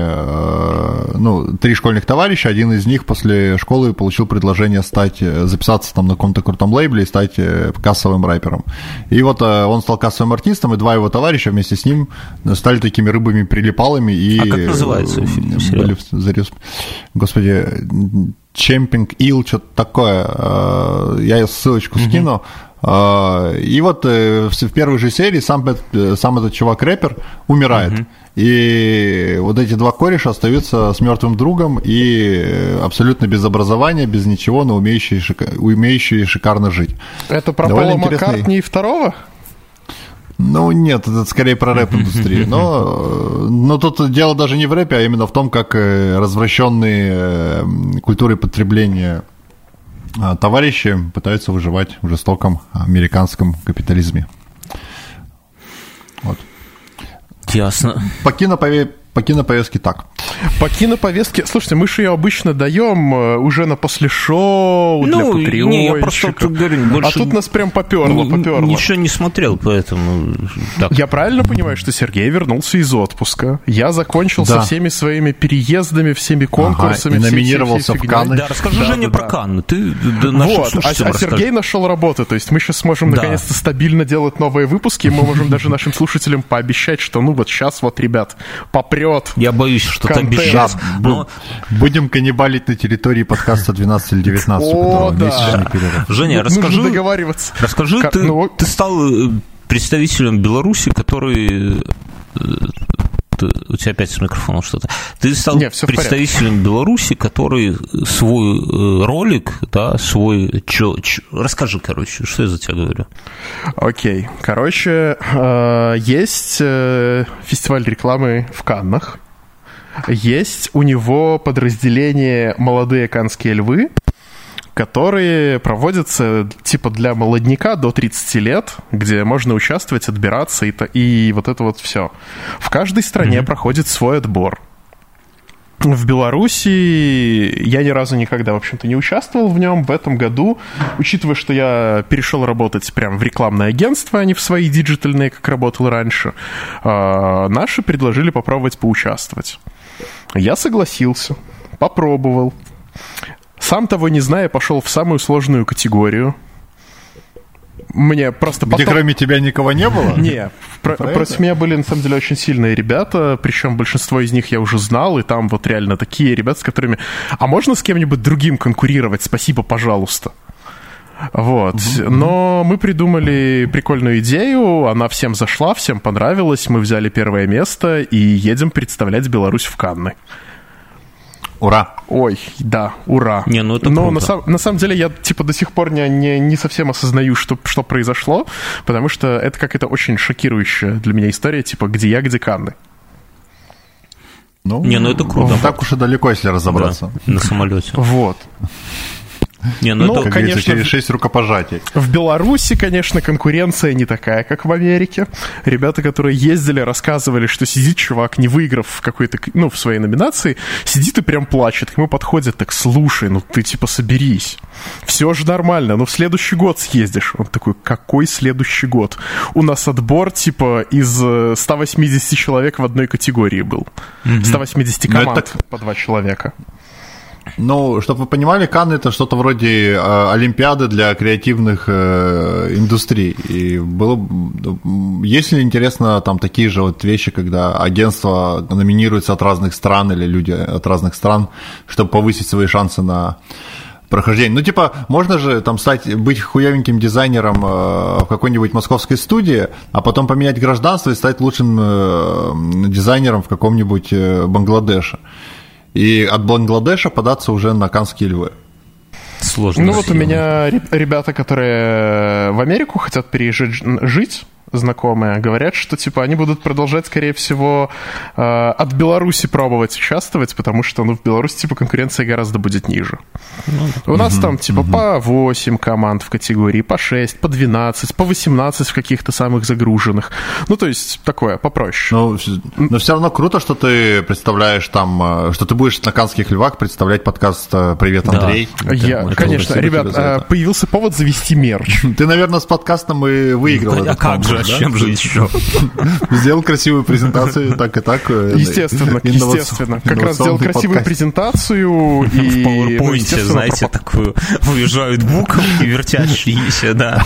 S1: ну, три школьных товарища, один из них после школы получил предложение стать, записаться там на каком-то крутом лейбле и стать кассовым рэпером. И вот он стал кассовым артистом, и два его товарища вместе с ним стали такими рыбами-прилипалами. И
S2: а как называется фильм?
S1: Были в... Господи, Чемпинг Ил, что-то такое. Я ссылочку mm-hmm. скину. И вот в первой же серии сам, сам этот чувак-рэпер умирает. Uh-huh. И вот эти два кореша остаются с мертвым другом и абсолютно без образования, без ничего, но умеющие, шика... умеющие шикарно жить.
S3: Это про Пола Маккартни и второго?
S1: Ну, нет, это скорее про рэп-индустрию. Но, но тут дело даже не в рэпе, а именно в том, как развращенные культурой потребления товарищи пытаются выживать в жестоком американском капитализме. Вот.
S2: Ясно.
S1: По кинопове... По киноповестке так.
S3: По киноповестке... Слушайте, мы же ее обычно даем уже на послешоу, ну, для патреонщиков. Больше... А тут нас прям поперло, поперло.
S2: Ничего не смотрел, поэтому... Так.
S3: Я правильно понимаю, что Сергей вернулся из отпуска? Я закончил да. со всеми своими переездами, всеми конкурсами.
S1: Ага, и номинировался в Канны.
S2: Да, расскажи, да, Женя, да, про да. Канны. Ты
S3: вот, а, а Сергей нашел работу. То есть мы сейчас сможем да. наконец-то стабильно делать новые выпуски, и мы можем даже нашим слушателям пообещать, что ну вот сейчас вот, ребят, попрет.
S2: Я боюсь, что
S3: Каннский
S2: без но...
S1: Будем каннибалить на территории подкаста двенадцать или девятнадцать.
S3: О, да.
S2: Женя, расскажи,
S3: договариваться.
S2: расскажи
S3: как,
S2: ты,
S3: ну...
S2: ты стал представителем Беларуси, который... Ты, у тебя опять с микрофоном что-то. Ты стал
S3: Не,
S2: представителем Беларуси, который свой э, ролик, да, свой... Чё, чё, расскажи, короче, что я за тебя говорю.
S3: Окей. Короче, э, есть э, фестиваль рекламы в Каннах. Есть у него подразделение «Молодые каннские львы», которые проводятся типа для молодняка до тридцати лет, где можно участвовать, отбираться и, то, и вот это вот все. В каждой стране mm-hmm. проходит свой отбор. В Беларуси я ни разу никогда, в общем-то, не участвовал в нем. В этом году, учитывая, что я перешел работать прямо в рекламное агентство, а не в свои диджитальные, как работал раньше, наши предложили попробовать поучаствовать. Я согласился, попробовал. Сам того не зная, пошел в самую сложную категорию. Мне просто
S1: потом... Где кроме тебя никого не было?
S3: Не, про- против меня были на самом деле очень сильные ребята, причем большинство из них я уже знал, и там вот реально такие ребята, с которыми... А можно с кем-нибудь другим конкурировать? Спасибо, пожалуйста. Вот. Mm-hmm. Но мы придумали прикольную идею, она всем зашла, всем понравилась, мы взяли первое место и едем представлять Беларусь в Канны.
S1: Ура!
S3: Ой, да, ура.
S2: Не, ну это
S3: Но на,
S2: круто.
S3: на самом деле я типа до сих пор не, не, не совсем осознаю, что, что произошло, потому что это какая-то очень шокирующая для меня история, типа где я, где Канны.
S2: Ну, не, ну это круто.
S1: Ну, так уж и далеко, если разобраться.
S2: Да, на самолете.
S3: Вот.
S2: Не, ну,
S3: ну
S2: это,
S3: конечно,
S1: через шесть рукопожатий.
S3: В Беларуси, конечно, конкуренция не такая, как в Америке. Ребята, которые ездили, рассказывали, что сидит чувак, не выиграв в какой-то, ну, в своей номинации, сидит и прям плачет. К нему подходят, так, слушай, ну ты типа соберись. Все же нормально, но в следующий год съездишь. Он такой, какой следующий год? У нас отбор типа из ста восьмидесяти человек в одной категории был. Mm-hmm. сто восемьдесят команд это... по два человека.
S1: Ну, чтобы вы понимали, Канны — это что-то вроде э, Олимпиады для креативных э, индустрий. И было, если интересно, там такие же вот вещи, когда агентства номинируются от разных стран или люди от разных стран, чтобы повысить свои шансы на прохождение. Ну, типа, можно же там стать, быть хуевеньким дизайнером э, в какой-нибудь московской студии, а потом поменять гражданство и стать лучшим э, дизайнером в каком-нибудь э, Бангладеше. И от Бангладеша податься уже на каннские львы.
S2: Сложно.
S3: Ну вот у меня ребята, которые в Америку хотят переезжать жить, знакомые, говорят, что типа они будут продолжать, скорее всего, э, от Беларуси пробовать участвовать, потому что ну, в Беларуси типа конкуренция гораздо будет ниже. Ну, у нас угу, там типа угу. по восемь команд в категории, по шесть, по двенадцать, по восемнадцать в каких-то самых загруженных. Ну, то есть такое, попроще.
S1: Но, но все равно круто, что ты представляешь там, что ты будешь на каннских львах представлять подкаст «Привет, Андрей».
S3: Да. Я, конечно, ребят, появился повод завести мерч.
S1: Ты, наверное, с подкастом и выиграл.
S2: А как же? А чем же еще?
S1: Сделал красивую презентацию, так и так.
S3: Естественно, естественно. Как раз сделал красивую презентацию и...
S2: В PowerPoint, знаете, такую выезжают буковки вертящиеся, да.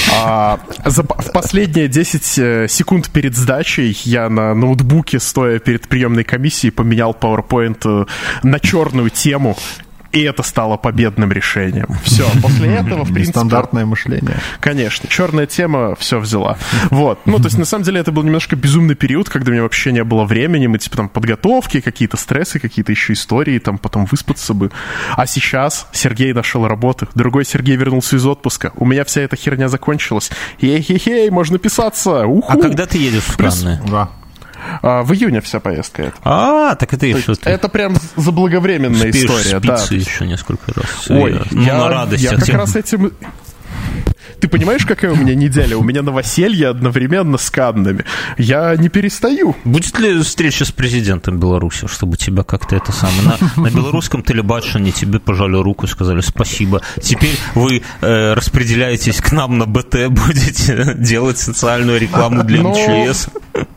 S3: В последние десять секунд перед сдачей я на ноутбуке, стоя перед приемной комиссией, поменял PowerPoint на черную тему. И это стало победным решением. Все, после этого, в принципе...
S1: Стандартное мышление.
S3: Конечно, черная тема все взяла. Вот. Ну, то есть, на самом деле, это был немножко безумный период, когда у меня вообще не было времени, мы, типа, там, подготовки, какие-то стрессы, какие-то еще истории, там, потом выспаться бы. А сейчас Сергей нашел работу, другой Сергей вернулся из отпуска, у меня вся эта херня закончилась. Ей-хей-хей, можно писаться! Уху!
S2: А когда ты едешь в Канны?
S1: Да.
S3: А, в июне вся поездка это.
S2: А, так это еще...
S3: Это прям заблаговременная история, да.
S2: еще несколько раз.
S3: Ой,
S2: ну,
S3: я,
S2: на радость.
S3: Я как раз этим... Ты понимаешь, какая у меня неделя? У меня новоселье одновременно с Каннами. Я не перестаю.
S2: Будет ли встреча с президентом Беларуси, чтобы тебя как-то это самое... На, на белорусском телебачении тебе пожали руку и сказали спасибо. Теперь вы э, распределяетесь к нам на БТ, будете делать социальную рекламу для
S3: Но...
S2: МЧС.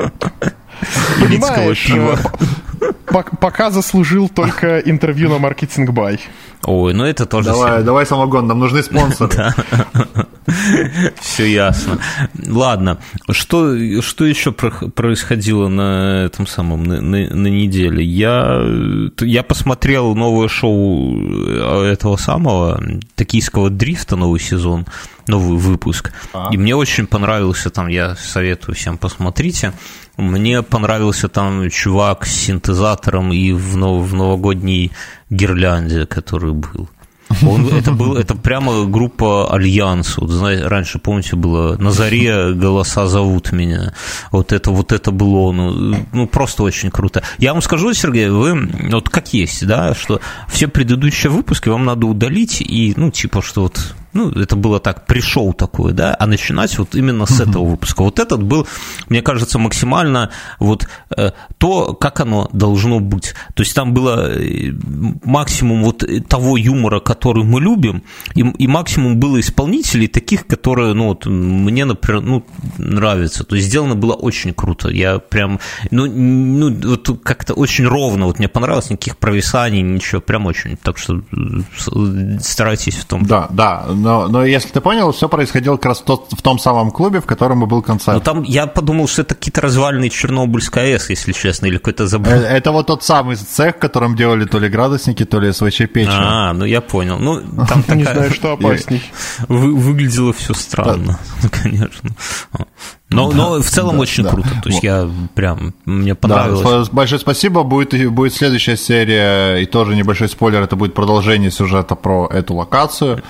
S3: Понимаешь, пока заслужил только интервью на маркетинг бай.
S2: Ой, ну это тоже...
S1: Давай, давай самогон, нам нужны спонсоры.
S2: Все ясно. Ладно, что, что еще происходило на этом самом, на, на, на неделе? Я, я посмотрел новое шоу этого самого «Токийского дрифта», новый сезон, новый выпуск, а? И мне очень понравился там, я советую всем, посмотрите. Мне понравился там чувак с синтезатором и в, нов, в новогодней гирлянде, который был. Он, это, был, это прямо группа «Альянс». Вот, знаете, раньше, помните, было «На заре голоса зовут меня». Вот это, вот это было, ну, ну, просто очень круто. Я вам скажу, Сергей, вы, вот как есть, да, что все предыдущие выпуски вам надо удалить, и, ну, типа, что вот... Ну, это было так, пришел такое, да, а начинать вот именно с этого выпуска. Вот этот был, мне кажется, максимально вот э, то, как оно должно быть. То есть там было максимум вот того юмора, который мы любим, и, и максимум было исполнителей таких, которые, ну, вот, мне, например, ну, нравятся. То есть сделано было очень круто. Я прям, ну, ну вот как-то очень ровно, вот мне понравилось, никаких провисаний, ничего, прям очень. Так что старайтесь в том.
S1: Да, да. Но, но если ты понял, все происходило как раз в, тот, в том самом клубе, в котором и был концерт.
S2: Ну, там я подумал, что это какие-то развалины Чернобыльской АЭС, если честно, или какой-то забыл.
S1: Это, это вот тот самый цех, в котором делали то ли градусники, то ли СВЧ-печи.
S2: А, ну я понял. Ну, там такая...
S3: Не знаю, что опасней.
S2: Вы, выглядело все странно, конечно. Но, да, но в целом да, очень да. круто. То есть вот. Я прям, мне понравилось.
S1: Да, большое спасибо. Будет, будет следующая серия, и тоже небольшой спойлер, это будет продолжение сюжета про эту локацию.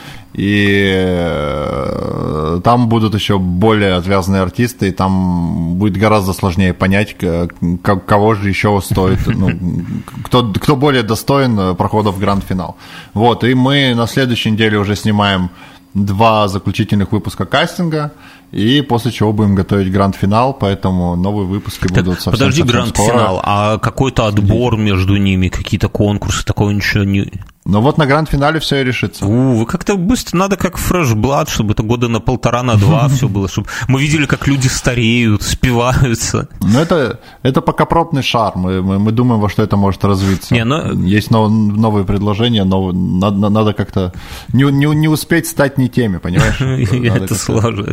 S1: И там будут еще более отвязанные артисты, и там будет гораздо сложнее понять, кого же еще стоит, ну, кто, кто более достоин прохода в гранд-финал. Вот, и мы на следующей неделе уже снимаем два заключительных выпуска кастинга, и после чего будем готовить гранд-финал, поэтому новые выпуски так, будут совсем
S2: Подожди, гранд-финал, а какой-то отбор между ними, какие-то конкурсы, такого ничего не...
S1: Ну вот на гранд-финале все и решится.
S2: У, вы как-то быстро, надо как Fresh Blood, чтобы это года на полтора, на два все было, чтобы мы видели, как люди стареют, спиваются.
S1: Ну это, это пока пробный шар, мы, мы, мы думаем, во что это может развиться. Не, но... Есть нов, новые предложения, но надо, надо как-то не, не, не успеть стать не теми, понимаешь?
S2: Это сложно.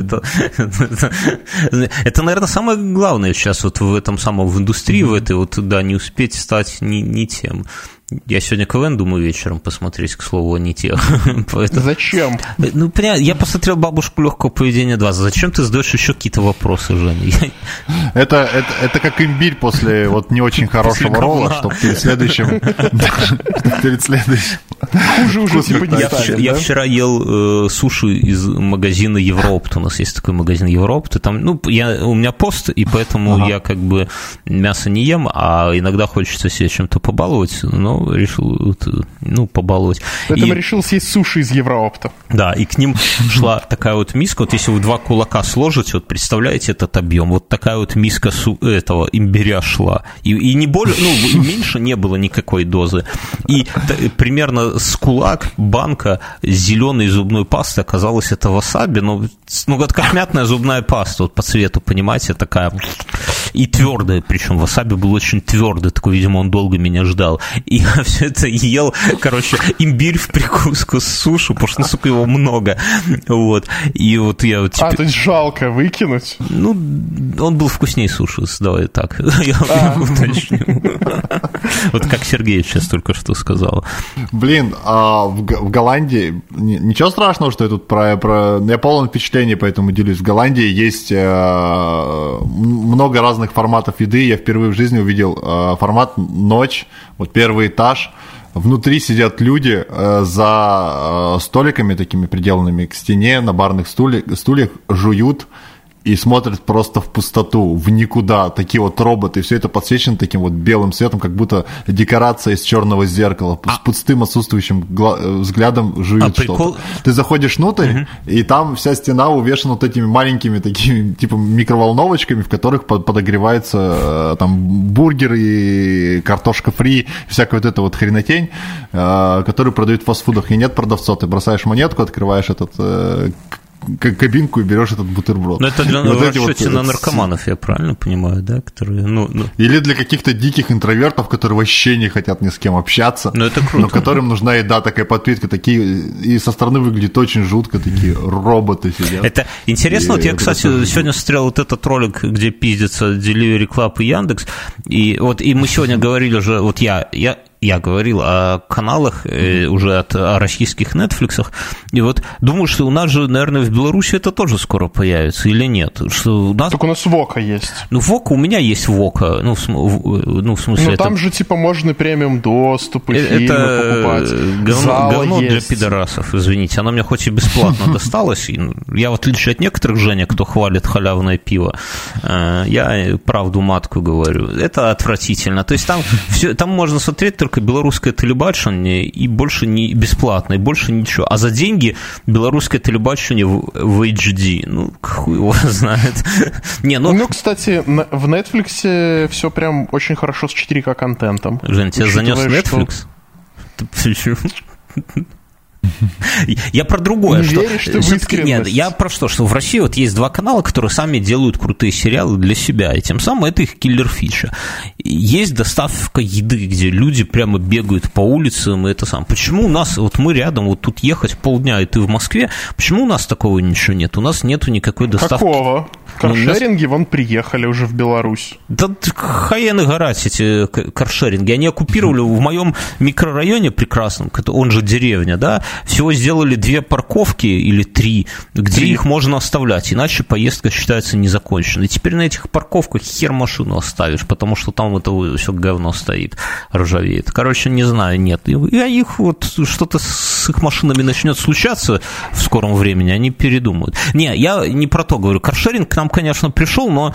S2: Это, наверное, самое главное сейчас вот в этом самом, в индустрии, в этой вот, да, не успеть стать не тем. Я сегодня КВН думаю вечером посмотреть, к слову, не те.
S3: Поэтому... Зачем?
S2: Ну, понятно, я посмотрел «Бабушку легкого поведения два». Зачем ты задаешь еще какие-то вопросы, Женя?
S1: Это, это, это как имбирь после вот не очень хорошего ролла, чтобы перед следующим... Перед следующим...
S3: Хуже уже типа не станет.
S2: Я вчера ел суши из магазина Европт. У нас есть такой магазин Европт. И там, ну, я, у меня пост, и поэтому я как бы мясо не ем, а иногда хочется себе чем-то побаловать, но решил, ну, побаловать.
S3: Поэтому и... решил съесть суши из Евроопта.
S2: Да, и к ним шла такая вот миска, вот если вы два кулака сложите, вот представляете этот объем, вот такая вот миска су... этого имбиря шла, и, и не более, ну, меньше не было никакой дозы, и т- примерно с кулак банка зеленой зубной пасты оказалась это васаби, но, ну, вот как мятная зубная паста, вот по цвету, понимаете, такая, и твердая, причем васаби был очень твердый, такой, видимо, он долго меня ждал, и я все это ел, короче, имбирь в прикуску с суши, потому что, ну, сука, его много, вот, и вот я вот теперь...
S3: А, то есть жалко выкинуть?
S2: Ну, он был вкуснее суши, давай так, я уточню. Вот как Сергей сейчас только что сказал.
S1: Блин, а в Голландии, ничего страшного, что я тут про... про... Я полон впечатлений, поэтому делюсь. В Голландии есть много разных форматов еды, я впервые в жизни увидел формат «Ночь», вот первый этаж, внутри сидят люди э, за э, столиками такими приделанными к стене, на барных стульях, стульях жуют и смотрят просто в пустоту, в никуда, такие вот роботы, и все это подсвечено таким вот белым светом, как будто декорация из черного зеркала, а... с пустым отсутствующим гла- взглядом жуют а что-то. Прикол... Ты заходишь внутрь, угу. и там вся стена увешана вот этими маленькими такими, типа, микроволновочками, в которых подогревается там бургеры, картошка фри, всякая вот эта вот хренотень, которую продают в фастфудах, и нет продавцов, ты бросаешь монетку, открываешь этот кабинку и берешь этот бутерброд.
S2: Но это для вот расчете вот, на наркоманов, я правильно понимаю, да? Которые, ну, ну...
S1: Или для каких-то диких интровертов, которые вообще не хотят ни с кем общаться,
S2: но, это круто.
S1: Но которым нужна еда, такая подпитка, такие, и со стороны выглядит очень жутко, такие роботы сидят.
S2: Это интересно, и вот я, кстати, это... сегодня смотрел вот этот ролик, где пиздятся Delivery Club и Яндекс, и вот и мы сегодня говорили уже, вот я, я Я говорил о каналах э, уже от о российских Netflix'ах, и вот думаю, что у нас же, наверное, в Беларуси это тоже скоро появится или нет? Что у нас...
S3: Только у нас Вока есть.
S2: Ну, Вока, у меня есть Вока, ну, в, см... ну, в смысле...
S3: Ну,
S2: это...
S3: там же, типа, можно премиум доступ и
S2: это
S3: фильмы покупать.
S2: Говно, говно для пидорасов, извините. Оно мне хоть и бесплатно досталось, я, в отличие от некоторых, Женя, кто хвалит халявное пиво, я правду матку говорю, это отвратительно. То есть там, все, там можно смотреть только белорусское телебачение и больше не бесплатно, и больше ничего. А за деньги белорусское телебачение в, в эйч ди. Ну, хуй его знает. Не, ну...
S3: ну, кстати, в Netflix все прям очень хорошо с четыре ка контентом.
S2: Жень, тебя занес Netflix? Что... Я про другое.
S3: Не
S2: что...
S3: веришь ты в искренность?
S2: Нет, я про что? Что в России вот есть два канала, которые сами делают крутые сериалы для себя, и тем самым это их киллер-фича. Есть доставка еды, где люди прямо бегают по улицам, и это сам. Почему у нас, вот мы рядом, вот тут ехать полдня, и ты в Москве, почему у нас такого ничего нет? У нас нету никакой доставки.
S3: Какого? Каршеринги ну, нас... вон приехали уже в Беларусь.
S2: Да хай-энд гарать эти каршеринги. Они оккупировали в моем микрорайоне прекрасном, он же деревня, да, всего сделали две парковки или три, где три. Их можно оставлять, иначе поездка считается незаконченной. И теперь на этих парковках хер машину оставишь, потому что там это все говно стоит, ржавеет. Короче, не знаю, нет. И их вот что-то с их машинами начнет случаться в скором времени, они передумают. Не, я не про то говорю. Каршеринг к нам, конечно, пришел, но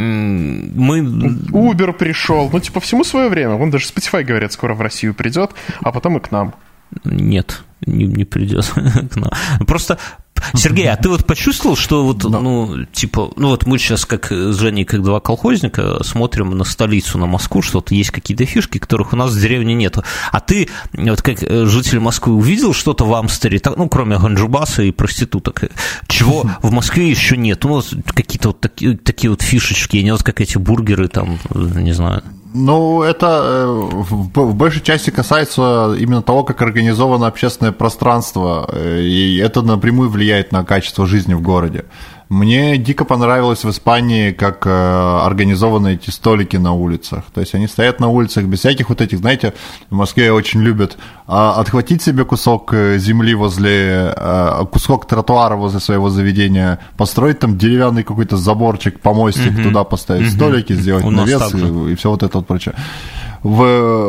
S2: мы...
S3: Uber пришел. Ну, типа, всему свое время. Вон даже Spotify, говорят, скоро в Россию придет, а потом и к нам.
S2: Нет, не, не придет к нам. Просто, Сергей, а ты вот почувствовал, что вот, да. ну, типа, ну вот мы сейчас как с Женей, как два колхозника, смотрим на столицу, на Москву, что вот есть какие-то фишки, которых у нас в деревне нету. А ты, вот как житель Москвы, увидел что-то в Амстере, ну, кроме ганджубаса и проституток, чего в Москве еще нет? Ну, какие-то вот такие, такие вот фишечки, не вот как эти бургеры там, не знаю.
S1: Ну, это в большей части касается именно того, как организовано общественное пространство, и это напрямую влияет на качество жизни в городе. Мне дико понравилось в Испании, как организованы эти столики на улицах. То есть они стоят на улицах без всяких вот этих, знаете, в Москве очень любят отхватить себе кусок земли возле, кусок тротуара возле своего заведения, построить там деревянный какой-то заборчик, помостик, угу. туда поставить угу. столики, сделать навес и, и все вот это вот прочее. В,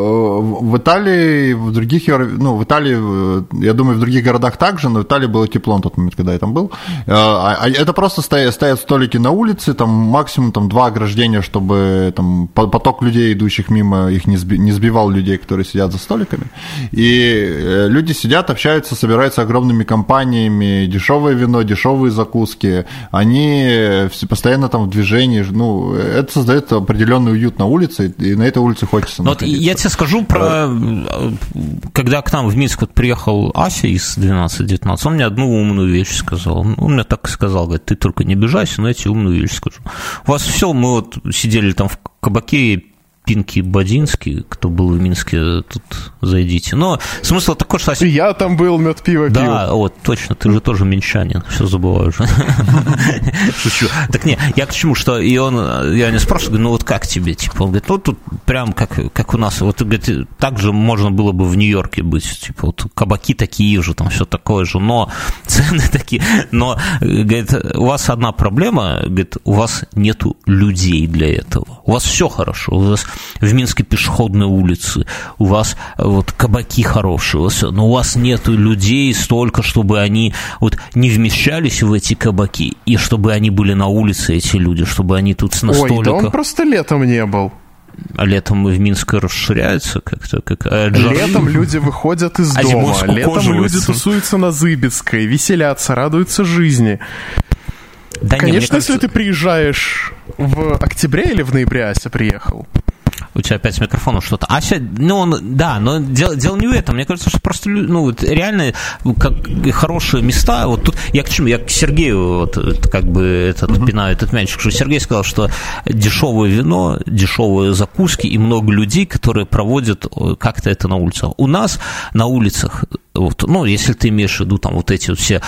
S1: в Италии, в других, ну, в Италии, я думаю, в других городах также, но в Италии было тепло на тот момент, когда я там был. Это просто стоят, стоят столики на улице, там максимум там, два ограждения, чтобы там, поток людей, идущих мимо, их не, сби, не сбивал людей, которые сидят за столиками. И люди сидят, общаются, собираются огромными компаниями, дешевое вино, дешевые закуски. Они постоянно там в движении. Ну, это создает определенный уют на улице, и на этой улице хочется.
S2: Вот я тебе скажу про... Когда к нам в Минск вот приехал Ася из двенадцать девятнадцать, он мне одну умную вещь сказал. Он мне так и сказал, говорит, ты только не обижайся, но я тебе умную вещь скажу. У вас все, мы вот сидели там в кабаке Пинки Бодинский, кто был в Минске, тут зайдите. Но смысл такой, что...
S3: Я там был, мед пиво пил.
S2: Да, вот, точно, ты же тоже минчанин, все забываю уже. Шучу. Так не, я к чему, что и он, я не спрашиваю, ну вот как тебе, типа, он говорит, ну тут прям как, как у нас, вот, говорит, так же можно было бы в Нью-Йорке быть, типа, вот кабаки такие же, там все такое же, но цены такие, но, говорит, у вас одна проблема, говорит, у вас нету людей для этого, у вас все хорошо, у вас в Минске пешеходные улицы, у вас вот кабаки хорошие, но у вас нету людей столько, чтобы они вот не вмещались в эти кабаки, и чтобы они были на улице, эти люди, чтобы они тут на столиках...
S3: Ой, да он просто летом не был.
S2: А летом в Минске расширяются как-то? Как...
S3: Летом люди выходят из а дома, летом люди тусуются на Зыбецкой, веселятся, радуются жизни. Да. Конечно, не, кажется... если ты приезжаешь в октябре или в ноябре, Ася приехал?
S2: У тебя опять с микрофоном что-то. А сейчас, ну, он, да, но дело, дело не в этом. Мне кажется, что просто, ну, вот реально, как хорошие места. Вот тут я к чему? Я к Сергею вот как бы этот mm-hmm. пинаю этот мячик, что Сергей сказал, что дешевое вино, дешевые закуски и много людей, которые проводят как-то это на улицах. У нас на улицах, вот, ну, если ты имеешь в виду там вот эти вот все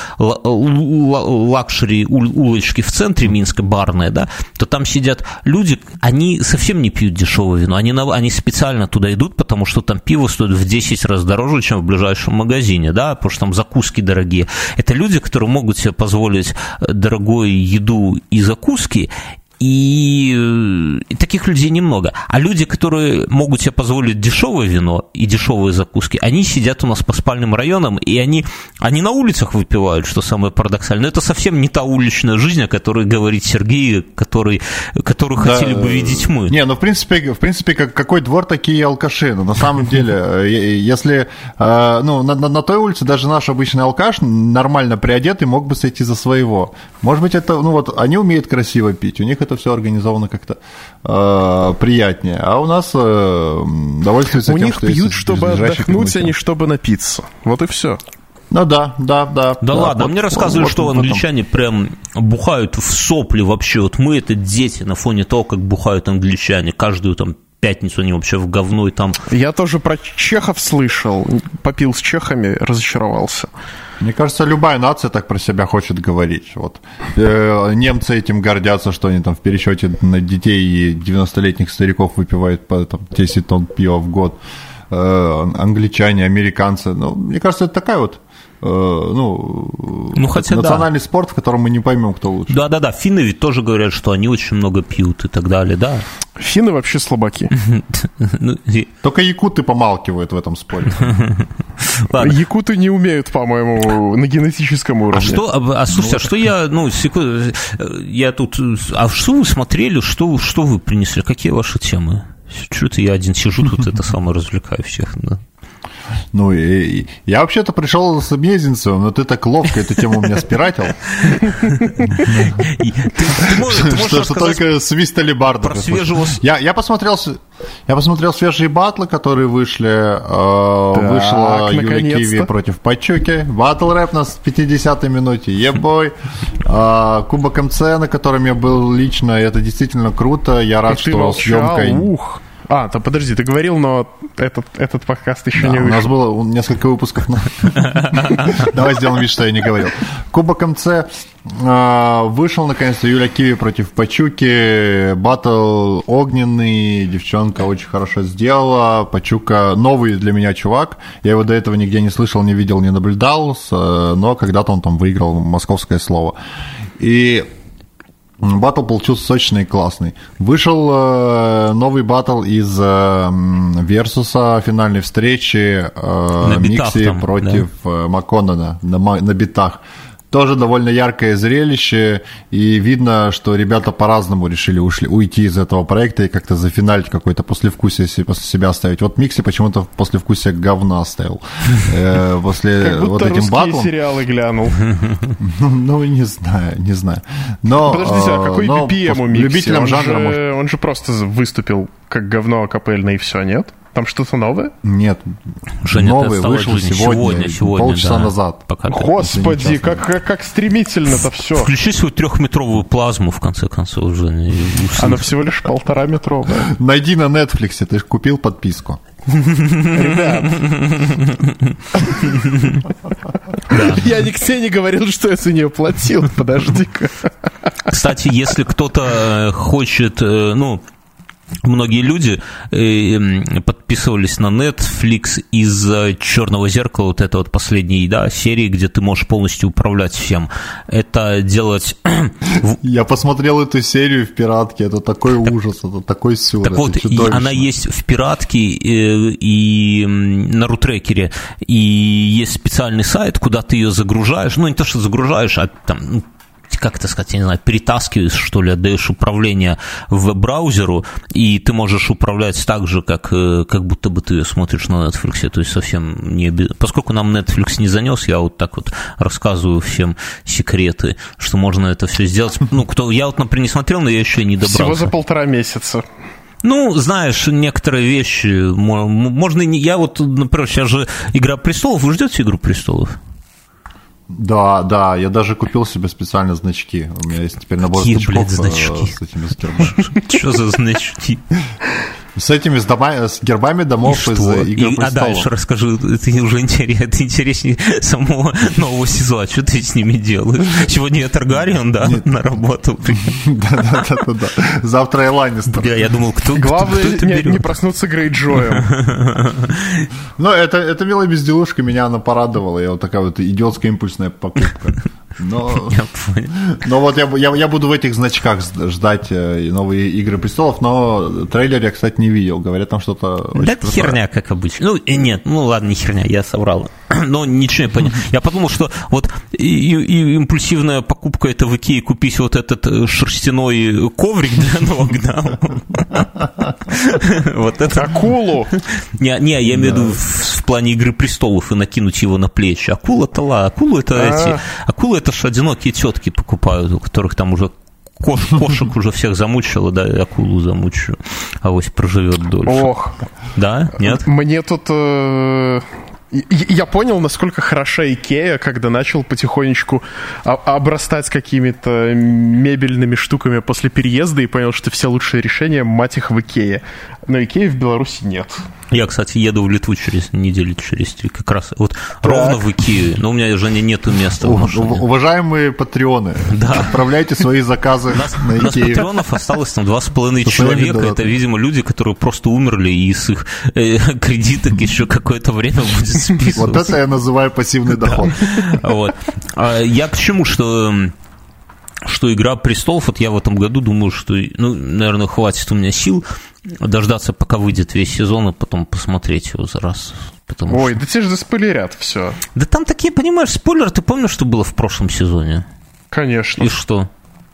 S2: лакшери улочки в центре Минска, барные, да, то там сидят люди, они совсем не пьют дешевое вино, они, на, они специально туда идут, потому что там пиво стоит в десять раз дороже, чем в ближайшем магазине, да, потому что там закуски дорогие. Это люди, которые могут себе позволить дорогую еду и закуски, И, и таких людей немного. А люди, которые могут себе позволить дешевое вино и дешевые закуски, они сидят у нас по спальным районам, и они, они на улицах выпивают, что самое парадоксальное. Но это совсем не та уличная жизнь, о которой говорит Сергей, который, которую да, хотели бы видеть мы.
S1: Не, ну, в принципе, в принципе какой двор, такие и алкаши. Но на самом деле, если ну, на, на, на той улице даже наш обычный алкаш, нормально приодетый, мог бы сойти за своего. Может быть, это, ну, вот они умеют красиво пить, у них это все организовано как-то э, приятнее. А у нас э, довольствуются
S3: у
S1: тем,
S3: них
S1: что
S3: пьют, чтобы отдохнуть, а не чтобы напиться. Вот и все.
S1: Ну да, да, да.
S2: Да, да ладно, вот, мне рассказывали, вот, что вот, англичане прям бухают в сопли вообще. Вот мы это дети на фоне того, как бухают англичане. Каждую там пятницу они вообще в говно и там...
S3: Я тоже про чехов слышал. Попил с чехами, разочаровался.
S1: Мне кажется, любая нация так про себя хочет говорить. Вот. Э, немцы этим гордятся, что они там в пересчете на детей и девяностолетних стариков выпивают по там, десять тонн пива в год. Э, англичане, американцы. Ну, мне кажется, это такая вот э, ну,
S2: ну, хотя
S1: национальный
S2: да.
S1: спорт, в котором мы не поймем, кто лучше.
S2: Да-да-да, финны ведь тоже говорят, что они очень много пьют и так далее, да.
S3: Финны вообще слабаки.
S1: Только якуты помалкивают в этом споре.
S3: Якуты не умеют, по-моему, на генетическом уровне.
S2: А что, а, а слушайте, а что я, ну, секунду, я тут, а что вы смотрели, что, что вы принесли, какие ваши темы? Что-то я один сижу тут, это самое развлекаю всех, да.
S1: Ну, и, и, я вообще-то пришел с Мезенцевым, но ты так ловко эту тему у меня спиратил. Что только свист алебарда. Я посмотрел я посмотрел свежие баттлы, которые вышли. Вышла Юля Киви против Пачуки. Баттл рэп на пятидесятой минуте. Ебой. Кубок МЦ, на котором я был лично. Это действительно круто. Я рад, что съемкой...
S3: А, то подожди, ты говорил, но этот, этот подкаст еще да, не вышел.
S1: У нас было несколько выпусков. Давай сделаем вид, что я не говорил. Кубок МЦ вышел, наконец-то, Юля Киви против Пачуки. Баттл огненный, девчонка очень хорошо сделала. Пачука новый для меня чувак. Я его до этого нигде не слышал, не видел, не наблюдал, но когда-то он там выиграл московское слово. И... Баттл получился сочный и классный. Вышел э, новый баттл из э, Версуса, финальной встречи э, Микси там, против да. э, Макконнена на, на битах. Тоже довольно яркое зрелище, и видно, что ребята по-разному решили ушли, уйти из этого проекта и как-то зафиналить какое-то послевкусие после себя оставить. Вот Микси почему-то послевкусие говна оставил э, после вот этим батлом.
S3: Как сериалы глянул.
S1: Ну, не знаю, не знаю.
S3: Подождите, а какой би пи эм у Микси? Любителям жанра... Он же просто выступил как говно акапельное и все, нет? Там что-то новое?
S1: Нет,
S2: Женя,
S1: новый вышел сегодня, сегодня полчаса да. назад.
S3: Пока Господи, как, как, как стремительно-то все.
S2: Включи свою трехметровую плазму, в конце концов, Женя.
S3: Она всего лишь полтора метровая.
S1: Найди на Netflix, ты же купил подписку.
S3: Ребят. Я никогда не говорил, что я за нее платил. Подожди-ка.
S2: Кстати, если кто-то хочет, ну... Многие люди э, подписывались на Netflix из «Черного зеркала», вот это вот последней да, серии, где ты можешь полностью управлять всем. Это делать...
S1: Я посмотрел эту серию в «Пиратке», это такой так, ужас, это такой сюр.
S2: Так вот, и она есть в «Пиратке» и, и на рутрекере, и есть специальный сайт, куда ты ее загружаешь, ну не то, что загружаешь, а там... как это сказать, я не знаю, перетаскиваешь, что ли, отдаешь управление в веб-браузеру, и ты можешь управлять так же, как, как будто бы ты смотришь на Netflix, то есть совсем не... Поскольку нам Netflix не занес, я вот так вот рассказываю всем секреты, что можно это все сделать. Ну, кто... Я вот, например, не смотрел, но я еще и не добрался.
S3: Всего за полтора месяца.
S2: Ну, знаешь, некоторые вещи можно... Я вот, например, сейчас же «Игра престолов». Вы ждете «Игру престолов»?
S1: Да, да, я даже купил себе специально значки. У меня есть теперь набор
S2: Какие,
S1: значков
S2: блядь, значки?
S1: с этими с гербами.
S2: Что за значки?
S1: С этими с, дома, с гербами домов из «Игры престолов».
S2: А дальше расскажи, это уже интереснее, это интереснее самого нового сезона. Что ты с ними делаешь? Сегодня я Таргариен, да, на работу.
S1: Да-да-да. Завтра я Ланнистер.
S2: Бля, я думал, кто
S3: Главное не проснуться Грейджоем.
S1: Ну, это милая безделушка, меня она порадовала. Я вот такая вот идиотская импульсная покупка. Но, но вот я, я, я буду в этих значках ждать новые «Игры престолов», но трейлер я, кстати, не видел. Говорят, там что-то...
S2: Да это херня, как обычно. Ну, нет, ну ладно, не херня, я соврал. Но ничего не понял. Я подумал, что вот и, и импульсивная покупка — это в Икее купить вот этот шерстяной коврик для ног, да? Вот это...
S3: Акулу!
S2: Не, не, я имею в виду в плане «Игры престолов» и накинуть его на плечи. Акула-то ла, акулу это эти... Акулы это ж одинокие тетки покупают, у которых там уже кош, кошек уже всех замучило, да, и акулу замучу, авось проживет дольше.
S3: Ох.
S2: Да? Нет?
S3: Мне тут... Э... Я понял, насколько хороша Икея, когда начал потихонечку обрастать какими-то мебельными штуками после переезда и понял, что все лучшие решения, мать их, в Икее. Но Икеи в Беларуси нет.
S2: Я, кстати, еду в Литву через неделю, через три, как раз вот так. Ровно в Икею, но у меня, Женя, нету места в машине.
S1: Уважаемые патреоны, да. Отправляйте свои заказы
S2: нас,
S1: на Икею.
S2: У нас патреонов осталось там два с половиной человека, это, видимо, люди, которые просто умерли, и с их э, кредиток еще какое-то время будет списываться.
S1: Вот это я называю пассивный доход.
S2: Вот. Я к чему, что... что «Игра престолов», вот я в этом году думаю, что, ну, наверное, хватит у меня сил дождаться, пока выйдет весь сезон, и потом посмотреть его за раз.
S3: Ой,
S2: что...
S3: да те же заспойлерят все.
S2: Да там такие, понимаешь, спойлеры, ты помнишь, что было в прошлом сезоне?
S3: Конечно.
S2: И что?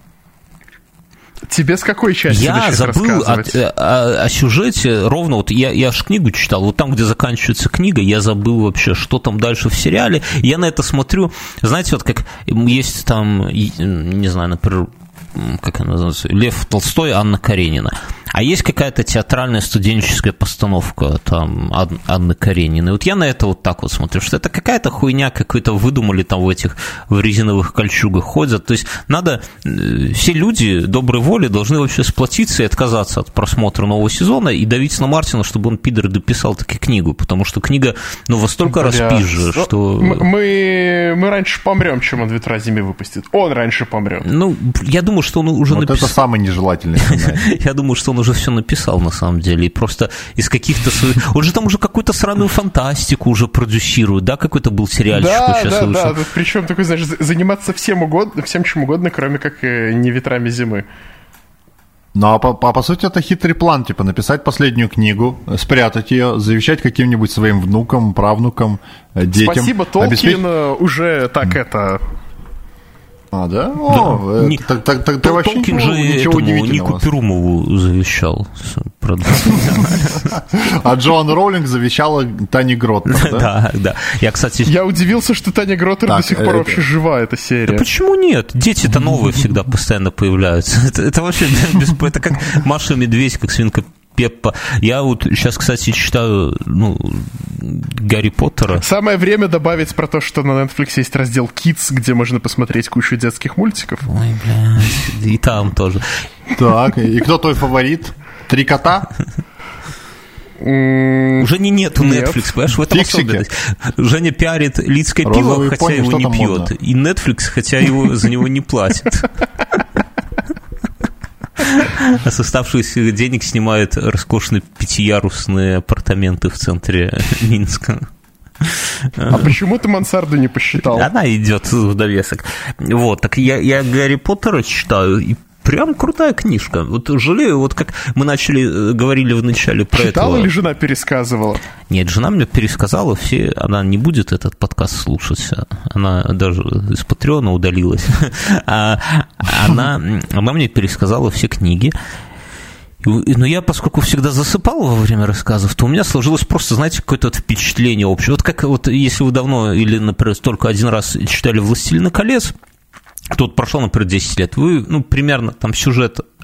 S3: Тебе с какой части
S2: я забыл о, о, о сюжете ровно, вот я, я аж книгу читал, вот там, где заканчивается книга, я забыл вообще, что там дальше в сериале, я на это смотрю, знаете, вот как есть там, не знаю, например, как она называется, Лев Толстой, Анна Каренина. А есть какая-то театральная студенческая постановка там Анны Карениной. Вот я на это вот так вот смотрю, что это какая-то хуйня, какую-то выдумали там в этих в резиновых кольчугах ходят. То есть надо, все люди доброй воли должны вообще сплотиться и отказаться от просмотра нового сезона и давить на Мартина, чтобы он, пидор, дописал таки книгу, потому что книга, ну, во столько раз пизже, что...
S3: Мы, мы раньше помрем, чем он «Ветра зимы» выпустит. Он раньше помрет.
S2: Ну, я думаю, что он уже
S1: вот
S2: написал...
S1: это самый нежелательный сценарий.
S2: Я думаю, что он уже все написал, на самом деле, и просто из каких-то своих... Он же там уже какую-то сраную фантастику уже продюсирует, да, какой-то был сериальчик.
S3: Да, да, да, причем такой, знаешь, заниматься всем угодно, всем чем угодно, кроме как не «Ветрами зимы».
S1: Ну, а по, по, по сути, это хитрый план, типа, написать последнюю книгу, спрятать ее, завещать каким-нибудь своим внукам, правнукам, детям.
S3: Спасибо, Толкин обеспеч... уже так это...
S1: А, да? О,
S2: не,
S1: так, так, так, ты вообще
S2: Толкин же
S1: ничего
S2: этому Нику Перумову завещал.
S1: А Джоан Роулинг завещала Тане Гроттер, да?
S2: Да, да. Я, кстати...
S3: Я удивился, что Таня Гроттер до сих пор вообще жива, эта серия.
S2: Да почему нет? Дети-то новые всегда постоянно появляются. Это вообще... Это как Маша и Медведь, как свинка Пеппа. Я вот сейчас, кстати, читаю, ну, Гарри Поттера.
S3: Самое время добавить про то, что на Netflix есть раздел Kids, где можно посмотреть кучу детских мультиков.
S2: Ой, блядь, и там тоже.
S1: Так, и кто твой фаворит? Три кота?
S2: Уже не нету Netflix, понимаешь, в этом особенность. Женя пиарит Лидское пиво, хотя его не пьет. И Netflix, хотя его за него не платит. А с оставшихся денег снимают роскошные пятиярусные апартаменты в центре Минска.
S3: А почему ты мансарду не посчитал?
S2: Она идет в довесок. Вот, так я, я Гарри Поттера читаю, и прям крутая книжка. Вот жалею, вот как мы начали, говорили в начале про это.
S3: Читала или жена пересказывала?
S2: Нет, жена мне пересказала, все, она не будет этот подкаст слушать, она даже из Патреона удалилась. Она, она мне пересказала все книги. Но я, поскольку всегда засыпал во время рассказов, то у меня сложилось просто, знаете, какое-то впечатление общее. Вот как вот если вы давно или, например, только один раз читали «Властелина колец», тут прошло, например, десять лет, вы, ну, примерно там сюжет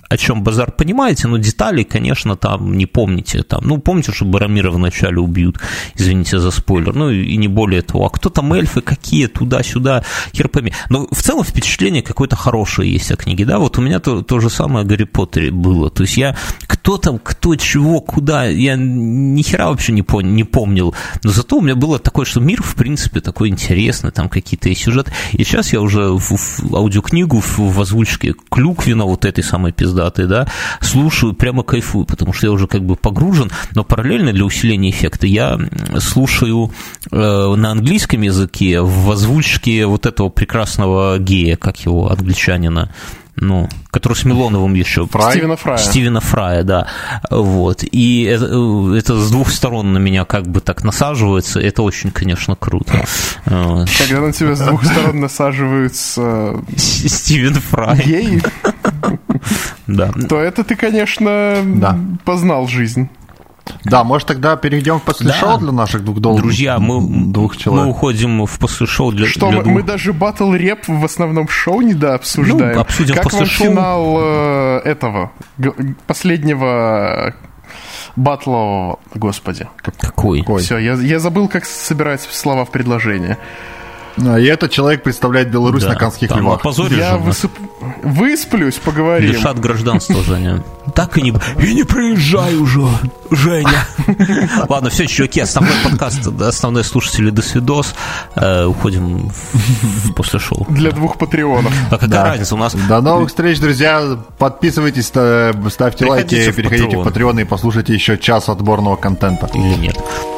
S2: о чем базар понимаете, но деталей, конечно, там не помните. Там, ну, помните, что Барамира вначале убьют, извините за спойлер, ну, и не более того. А кто там эльфы, какие, туда-сюда, хер пойми. Но в целом впечатление какое-то хорошее есть о книге, да, вот у меня то, то же самое о Гарри Поттере было. То есть я, кто там, кто, чего, куда, я ни хера вообще не, пон, не помнил. Но зато у меня было такое, что мир, в принципе, такой интересный, там какие-то и сюжеты. И сейчас я уже в, в аудиокнигу в, в озвучке Клюквина, вот этой самой пиздатой, да, слушаю, прямо кайфую, потому что я уже как бы погружен, но параллельно для усиления эффекта я слушаю э, на английском языке в озвучке вот этого прекрасного гея, как его, англичанина, ну, который с Милоновым еще.
S3: Фрай? Стивена Фрая.
S2: Стивена Фрая, да. Вот. И это, это с двух сторон на меня как бы так насаживается. Это очень, конечно, круто.
S3: Когда на тебя с двух сторон насаживаются
S2: Стивен Фрай.
S3: Геи,
S2: да.
S3: То это ты, конечно, да. познал жизнь.
S1: Да, может, тогда перейдем в после-шоу да. для наших двух долларов.
S2: Друзья, мы,
S1: двух человек.
S2: мы уходим в после-шоу для
S3: Что,
S2: для
S3: мы,
S2: двух...
S3: мы даже батл-реп в основном шоу недообсуждаем.
S2: Ну, обсудим
S3: как
S2: после-шоу.
S3: вам финал э, этого, последнего батлового, господи.
S2: Какой?
S3: Какой? Все, я, я забыл, как собирать слова в предложение.
S1: И этот человек представляет Беларусь да, на Канских львах.
S3: Я высып... высплюсь, поговорим.
S2: Лишат гражданства, Женя. Так и не... И не приезжай уже, Женя. Ладно, все, чуваки, основной подкаст, основные слушатели, до свидос. Уходим после шоу.
S3: Для двух патреонов.
S2: А какая разница у нас?
S1: До новых встреч, друзья. Подписывайтесь, ставьте лайки, переходите в Patreon и послушайте еще час отборного контента.
S2: Или нет.